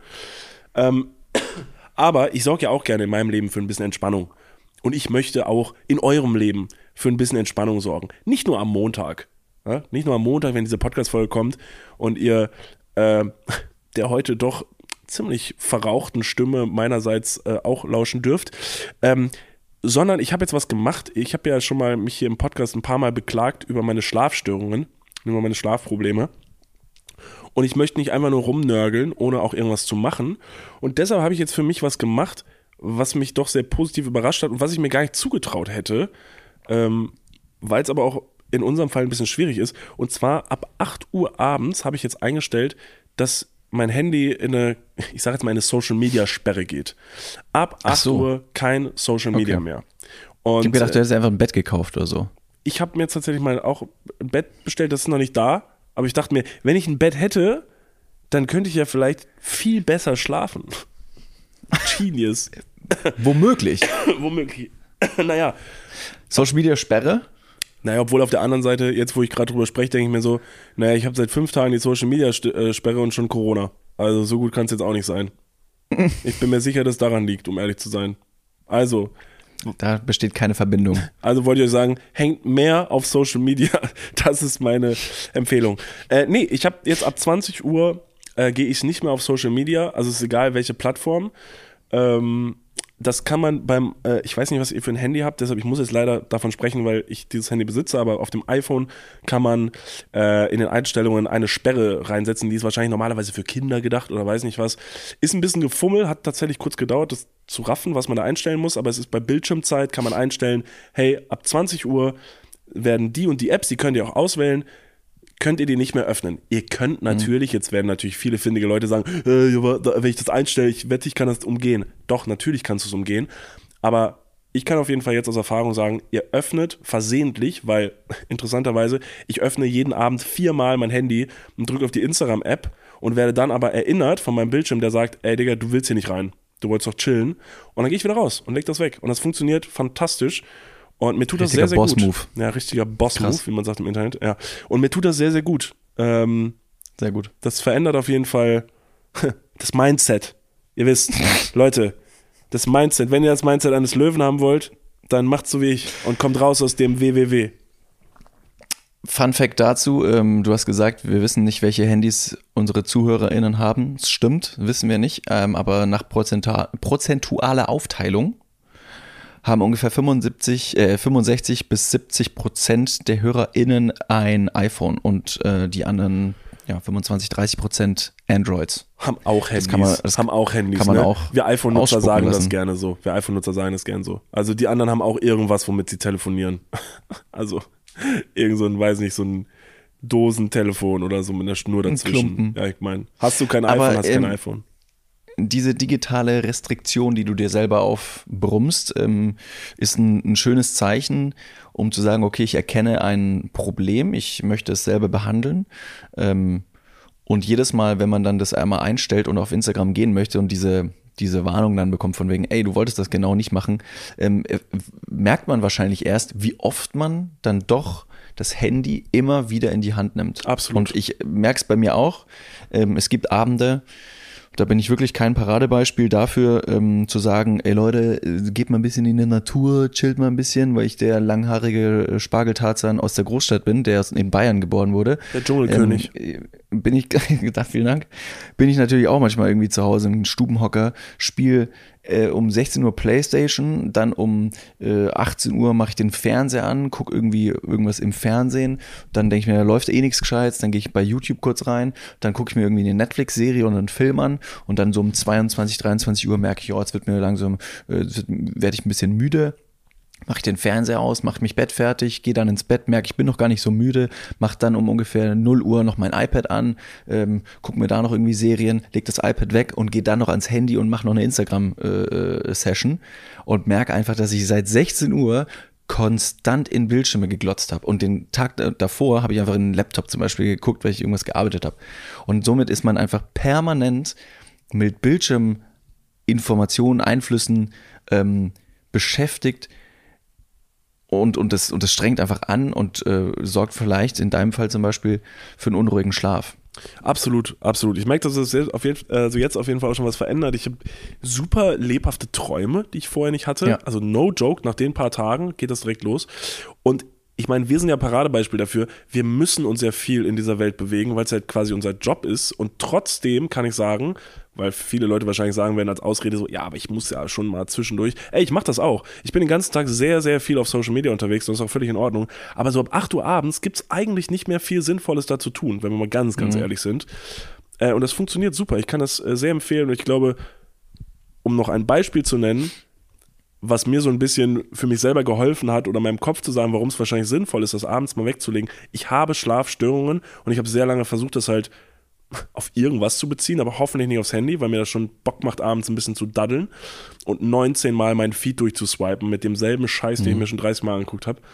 Aber ich sorge ja auch gerne in meinem Leben für ein bisschen Entspannung. Und ich möchte auch in eurem Leben für ein bisschen Entspannung sorgen. Nicht nur am Montag. Ja? Nicht nur am Montag, wenn diese Podcast-Folge kommt und ihr der heute doch ziemlich verrauchten Stimme meinerseits auch lauschen dürft, sondern ich habe jetzt was gemacht. Ich habe ja schon mal mich hier im Podcast ein paar Mal beklagt über meine Schlafstörungen, über meine Schlafprobleme. Und ich möchte nicht einfach nur rumnörgeln, ohne auch irgendwas zu machen. Und deshalb habe ich jetzt für mich was gemacht, was mich doch sehr positiv überrascht hat und was ich mir gar nicht zugetraut hätte, weil es aber auch in unserem Fall ein bisschen schwierig ist. Und zwar ab 8 Uhr abends habe ich jetzt eingestellt, dass mein Handy in eine Social-Media-Sperre geht. Ab 8 Uhr kein Social Media mehr. Und
ich habe gedacht, du hättest einfach ein Bett gekauft oder so.
Ich habe mir jetzt tatsächlich mal auch ein Bett bestellt, das ist noch nicht da. Aber ich dachte mir, wenn ich ein Bett hätte, dann könnte ich ja vielleicht viel besser schlafen. Genius.
Womöglich.
Naja.
Social Media Sperre?
Naja, obwohl auf der anderen Seite, jetzt wo ich gerade drüber spreche, denke ich mir so, naja, ich habe seit 5 Tagen die Social Media Sperre und schon Corona. Also so gut kann es jetzt auch nicht sein. Ich bin mir sicher, dass es daran liegt, um ehrlich zu sein. Also.
Da besteht keine Verbindung.
Also wollte ich euch sagen, hängt mehr auf Social Media. Das ist meine Empfehlung. Ich habe jetzt ab 20 Uhr gehe ich nicht mehr auf Social Media. Also es ist egal, welche Plattform. Das kann man ich weiß nicht, was ihr für ein Handy habt, deshalb ich muss jetzt leider davon sprechen, weil ich dieses Handy besitze, aber auf dem iPhone kann man in den Einstellungen eine Sperre reinsetzen, die ist wahrscheinlich normalerweise für Kinder gedacht oder weiß nicht was. Ist ein bisschen gefummelt, hat tatsächlich kurz gedauert, das zu raffen, was man da einstellen muss, aber es ist bei Bildschirmzeit, kann man einstellen, hey, ab 20 Uhr werden die und die Apps, die könnt ihr auch auswählen, könnt ihr die nicht mehr öffnen. Ihr könnt natürlich, jetzt werden natürlich viele findige Leute sagen, wenn ich das einstelle, ich wette, ich kann das umgehen. Doch, natürlich kannst du es umgehen, aber ich kann auf jeden Fall jetzt aus Erfahrung sagen, ihr öffnet versehentlich, weil interessanterweise, ich öffne jeden Abend 4-mal mein Handy und drücke auf die Instagram-App und werde dann aber erinnert von meinem Bildschirm, der sagt, ey Digga, du willst hier nicht rein, du wolltest doch chillen und dann gehe ich wieder raus und leg das weg und das funktioniert fantastisch. Und mir tut das sehr, sehr gut. Boss-Move. Ja, richtiger Boss-Move, wie man sagt im Internet. Ja. Und mir tut das sehr, sehr gut.
Sehr gut.
Das verändert auf jeden Fall das Mindset. Ihr wisst, Leute, das Mindset. Wenn ihr das Mindset eines Löwen haben wollt, dann macht's so wie ich und kommt raus aus dem WWW.
Fun Fact dazu, du hast gesagt, wir wissen nicht, welche Handys unsere ZuhörerInnen haben. Das stimmt, wissen wir nicht. Aber nach prozentualer Aufteilung haben ungefähr 65 bis 70% der HörerInnen ein iPhone und die anderen 25-30% Androids.
Haben auch Handys. Haben auch Handys.
Kann man auch
wir iPhone-Nutzer sagen
lassen.
Das gerne so. Wir iPhone-Nutzer sagen das gerne so. Also die anderen haben auch irgendwas, womit sie telefonieren. Also irgend so ein, weiß nicht, so ein Dosentelefon oder so mit einer Schnur dazwischen. Ja, ich meine, hast du kein iPhone, hast kein iPhone.
Diese digitale Restriktion, die du dir selber aufbrummst, ist ein schönes Zeichen, um zu sagen, okay, ich erkenne ein Problem, ich möchte es selber behandeln. Und jedes Mal, wenn man dann das einmal einstellt und auf Instagram gehen möchte und diese Warnung dann bekommt von wegen, ey, du wolltest das genau nicht machen, merkt man wahrscheinlich erst, wie oft man dann doch das Handy immer wieder in die Hand nimmt.
Absolut.
Und ich merke es bei mir auch. Es gibt Abende, da bin ich wirklich kein Paradebeispiel dafür, zu sagen, ey Leute, geht mal ein bisschen in die Natur, chillt mal ein bisschen, weil ich der langhaarige Spargeltarzan aus der Großstadt bin, der in Bayern geboren wurde.
Der Dschungelkönig.
bin ich, gedacht, vielen Dank, bin ich natürlich auch manchmal irgendwie zu Hause im Stubenhocker, spiele um 16 Uhr Playstation, dann um 18 Uhr mache ich den Fernseher an, gucke irgendwie irgendwas im Fernsehen, dann denke ich mir, da läuft eh nichts Gescheites, dann gehe ich bei YouTube kurz rein, dann gucke ich mir irgendwie eine Netflix-Serie oder einen Film an und dann so um 22, 23 Uhr merke ich, oh, jetzt wird mir langsam, werde ich ein bisschen müde. Mache ich den Fernseher aus, mache mich Bett fertig, gehe dann ins Bett, merke, ich bin noch gar nicht so müde, mache dann um ungefähr 0 Uhr noch mein iPad an, gucke mir da noch irgendwie Serien, leg das iPad weg und gehe dann noch ans Handy und mache noch eine Instagram-Session und merke einfach, dass ich seit 16 Uhr konstant in Bildschirme geglotzt habe. Und den Tag davor habe ich einfach in den Laptop zum Beispiel geguckt, weil ich irgendwas gearbeitet habe. Und somit ist man einfach permanent mit Bildschirminformationen, Einflüssen beschäftigt, und das strengt einfach an und sorgt vielleicht in deinem Fall zum Beispiel für einen unruhigen Schlaf.
Absolut, absolut. Ich merke, dass es jetzt auf jeden Fall auch schon was verändert. Ich habe super lebhafte Träume, die ich vorher nicht hatte. Ja. Also no joke, nach den paar Tagen geht das direkt los. Und ich meine, wir sind ja Paradebeispiel dafür, wir müssen uns ja viel in dieser Welt bewegen, weil es halt quasi unser Job ist. Und trotzdem kann ich sagen, weil viele Leute wahrscheinlich sagen werden als Ausrede so, ja, aber ich muss ja schon mal zwischendurch. Ey, ich mach das auch. Ich bin den ganzen Tag sehr, sehr viel auf Social Media unterwegs und das ist auch völlig in Ordnung. Aber so ab 8 Uhr abends gibt's eigentlich nicht mehr viel Sinnvolles da zu tun, wenn wir mal ganz, ganz ehrlich sind. Und das funktioniert super. Ich kann das sehr empfehlen und ich glaube, um noch ein Beispiel zu nennen, was mir so ein bisschen für mich selber geholfen hat oder meinem Kopf zu sagen, warum es wahrscheinlich sinnvoll ist, das abends mal wegzulegen. Ich habe Schlafstörungen und ich habe sehr lange versucht, das halt auf irgendwas zu beziehen, aber hoffentlich nicht aufs Handy, weil mir das schon Bock macht, abends ein bisschen zu daddeln und 19 Mal meinen Feed durchzuswipen mit demselben Scheiß, den ich mir schon 30 Mal angeguckt habe.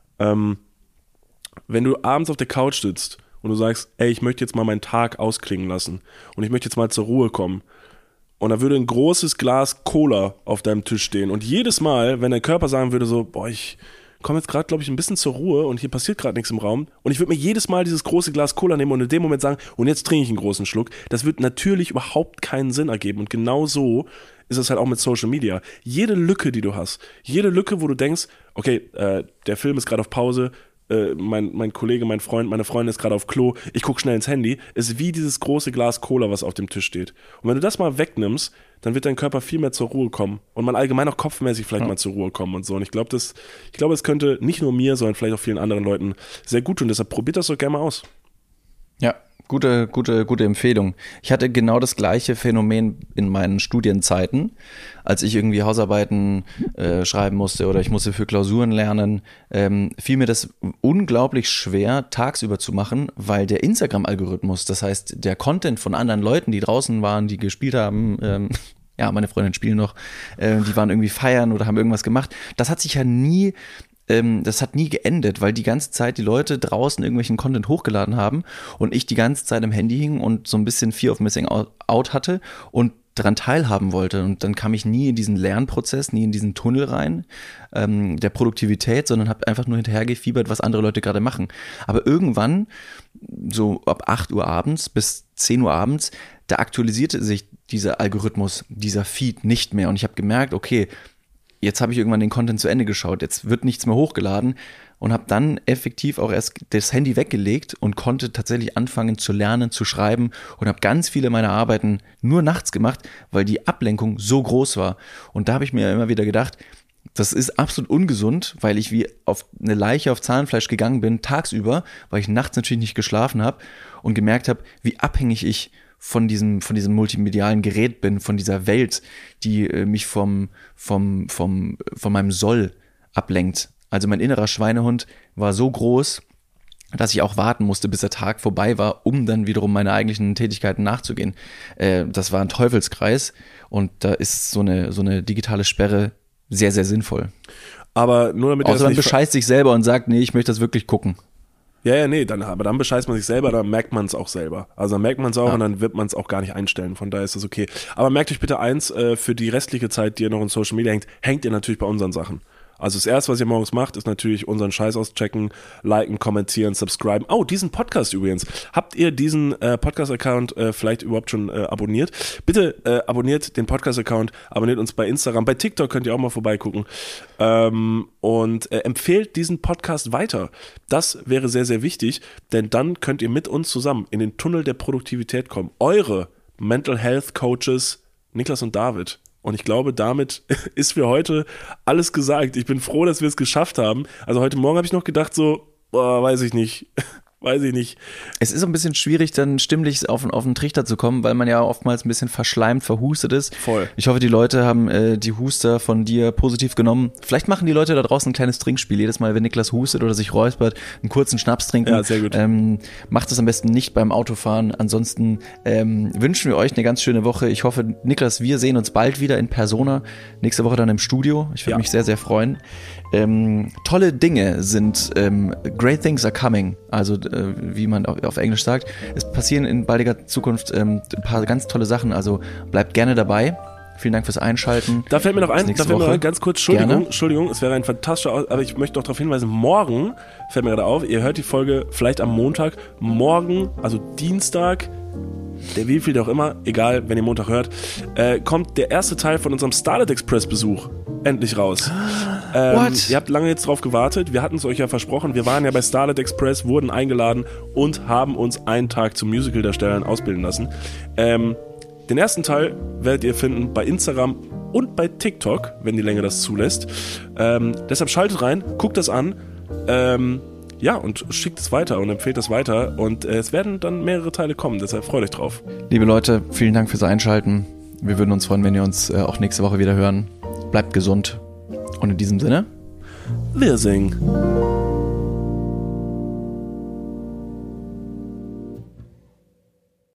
Wenn du abends auf der Couch sitzt und du sagst, ey, ich möchte jetzt mal meinen Tag ausklingen lassen und ich möchte jetzt mal zur Ruhe kommen und da würde ein großes Glas Cola auf deinem Tisch stehen und jedes Mal, wenn dein Körper sagen würde so, boah, ich komme jetzt gerade, glaube ich, ein bisschen zur Ruhe und hier passiert gerade nichts im Raum und ich würde mir jedes Mal dieses große Glas Cola nehmen und in dem Moment sagen, und jetzt trinke ich einen großen Schluck, das wird natürlich überhaupt keinen Sinn ergeben und genau so ist es halt auch mit Social Media. Jede Lücke, die du hast, jede Lücke, wo du denkst, okay, der Film ist gerade auf Pause, mein Kollege, mein Freund, meine Freundin ist gerade auf Klo, ich gucke schnell ins Handy, ist wie dieses große Glas Cola, was auf dem Tisch steht. Und wenn du das mal wegnimmst, dann wird dein Körper viel mehr zur Ruhe kommen und man allgemein auch kopfmäßig vielleicht mal zur Ruhe kommen und so. Und ich glaube, es könnte nicht nur mir, sondern vielleicht auch vielen anderen Leuten sehr gut tun. Deshalb probiert das doch gerne mal aus.
Ja, gute Empfehlung. Ich hatte genau das gleiche Phänomen in meinen Studienzeiten, als ich irgendwie Hausarbeiten schreiben musste oder ich musste für Klausuren lernen, fiel mir das unglaublich schwer, tagsüber zu machen, weil der Instagram-Algorithmus, das heißt der Content von anderen Leuten, die draußen waren, die gespielt haben, ja, meine Freundin spielen noch, die waren irgendwie feiern oder haben irgendwas gemacht, das hat sich ja nie geendet, weil die ganze Zeit die Leute draußen irgendwelchen Content hochgeladen haben und ich die ganze Zeit im Handy hing und so ein bisschen Fear of Missing Out hatte und daran teilhaben wollte. Und dann kam ich nie in diesen Lernprozess, nie in diesen Tunnel rein der Produktivität, sondern habe einfach nur hinterhergefiebert, was andere Leute gerade machen. Aber irgendwann, so ab 8 Uhr abends bis 10 Uhr abends, da aktualisierte sich dieser Algorithmus, dieser Feed nicht mehr. Und ich habe gemerkt, okay, jetzt habe ich irgendwann den Content zu Ende geschaut, jetzt wird nichts mehr hochgeladen und habe dann effektiv auch erst das Handy weggelegt und konnte tatsächlich anfangen zu lernen, zu schreiben und habe ganz viele meiner Arbeiten nur nachts gemacht, weil die Ablenkung so groß war. Und da habe ich mir immer wieder gedacht, das ist absolut ungesund, weil ich wie auf eine Leiche auf Zahnfleisch gegangen bin, tagsüber, weil ich nachts natürlich nicht geschlafen habe und gemerkt habe, wie abhängig ich von diesem multimedialen Gerät bin, von dieser Welt, die mich von meinem Soll ablenkt. Also mein innerer Schweinehund war so groß, dass ich auch warten musste, bis der Tag vorbei war, um dann wiederum meine eigentlichen Tätigkeiten nachzugehen. Das war ein Teufelskreis und da ist so eine digitale Sperre sehr, sehr sinnvoll.
Aber nur damit
außer man bescheißt sich selber und sagt, nee, ich möchte das wirklich gucken.
Ja, nee, aber dann bescheißt man sich selber, dann merkt man es auch selber. Also dann merkt man es auch und dann wird man es auch gar nicht einstellen, von daher ist das okay. Aber merkt euch bitte eins, für die restliche Zeit, die ihr noch in Social Media hängt ihr natürlich bei unseren Sachen. Also das Erste, was ihr morgens macht, ist natürlich unseren Scheiß auschecken, liken, kommentieren, subscriben. Oh, diesen Podcast übrigens. Habt ihr diesen Podcast-Account vielleicht überhaupt schon abonniert? Bitte abonniert den Podcast-Account, abonniert uns bei Instagram, bei TikTok könnt ihr auch mal vorbeigucken und empfehlt diesen Podcast weiter. Das wäre sehr, sehr wichtig, denn dann könnt ihr mit uns zusammen in den Tunnel der Produktivität kommen. Eure Mental Health Coaches Niklas und David. Und ich glaube, damit ist für heute alles gesagt. Ich bin froh, dass wir es geschafft haben. Also heute Morgen habe ich noch gedacht so, weiß ich nicht.
Es ist ein bisschen schwierig, dann stimmlich auf den Trichter zu kommen, weil man ja oftmals ein bisschen verschleimt, verhustet ist.
Voll.
Ich hoffe, die Leute haben die Huster von dir positiv genommen. Vielleicht machen die Leute da draußen ein kleines Trinkspiel. Jedes Mal, wenn Niklas hustet oder sich räuspert, einen kurzen Schnaps trinken.
Ja, sehr gut.
Macht es am besten nicht beim Autofahren. Ansonsten wünschen wir euch eine ganz schöne Woche. Ich hoffe, Niklas, wir sehen uns bald wieder in Persona. Nächste Woche dann im Studio. Ich würde mich sehr, sehr freuen. Tolle Dinge sind great things are coming, also wie man auf Englisch sagt. Es passieren in baldiger Zukunft ein paar ganz tolle Sachen, also bleibt gerne dabei. Vielen Dank fürs Einschalten.
Da fällt mir noch ein, ganz kurz, Entschuldigung, es wäre ein fantastischer, aber ich möchte noch darauf hinweisen, morgen, fällt mir gerade auf, ihr hört die Folge vielleicht am Montag, morgen, also Dienstag, der wievielte auch immer, egal, wenn ihr Montag hört, kommt der erste Teil von unserem Starlet Express Besuch endlich raus. Ihr habt lange jetzt drauf gewartet, wir hatten es euch ja versprochen, wir waren ja bei Starlet Express, wurden eingeladen und haben uns einen Tag zum Musical-Darstellern ausbilden lassen. Den ersten Teil werdet ihr finden bei Instagram und bei TikTok, wenn die Länge das zulässt. Deshalb schaltet rein, guckt das an, und schickt es weiter und empfehlt es weiter und es werden dann mehrere Teile kommen, deshalb freut euch drauf.
Liebe Leute, vielen Dank fürs Einschalten. Wir würden uns freuen, wenn ihr uns auch nächste Woche wieder hören. Bleibt gesund und in diesem Sinne,
wir singen.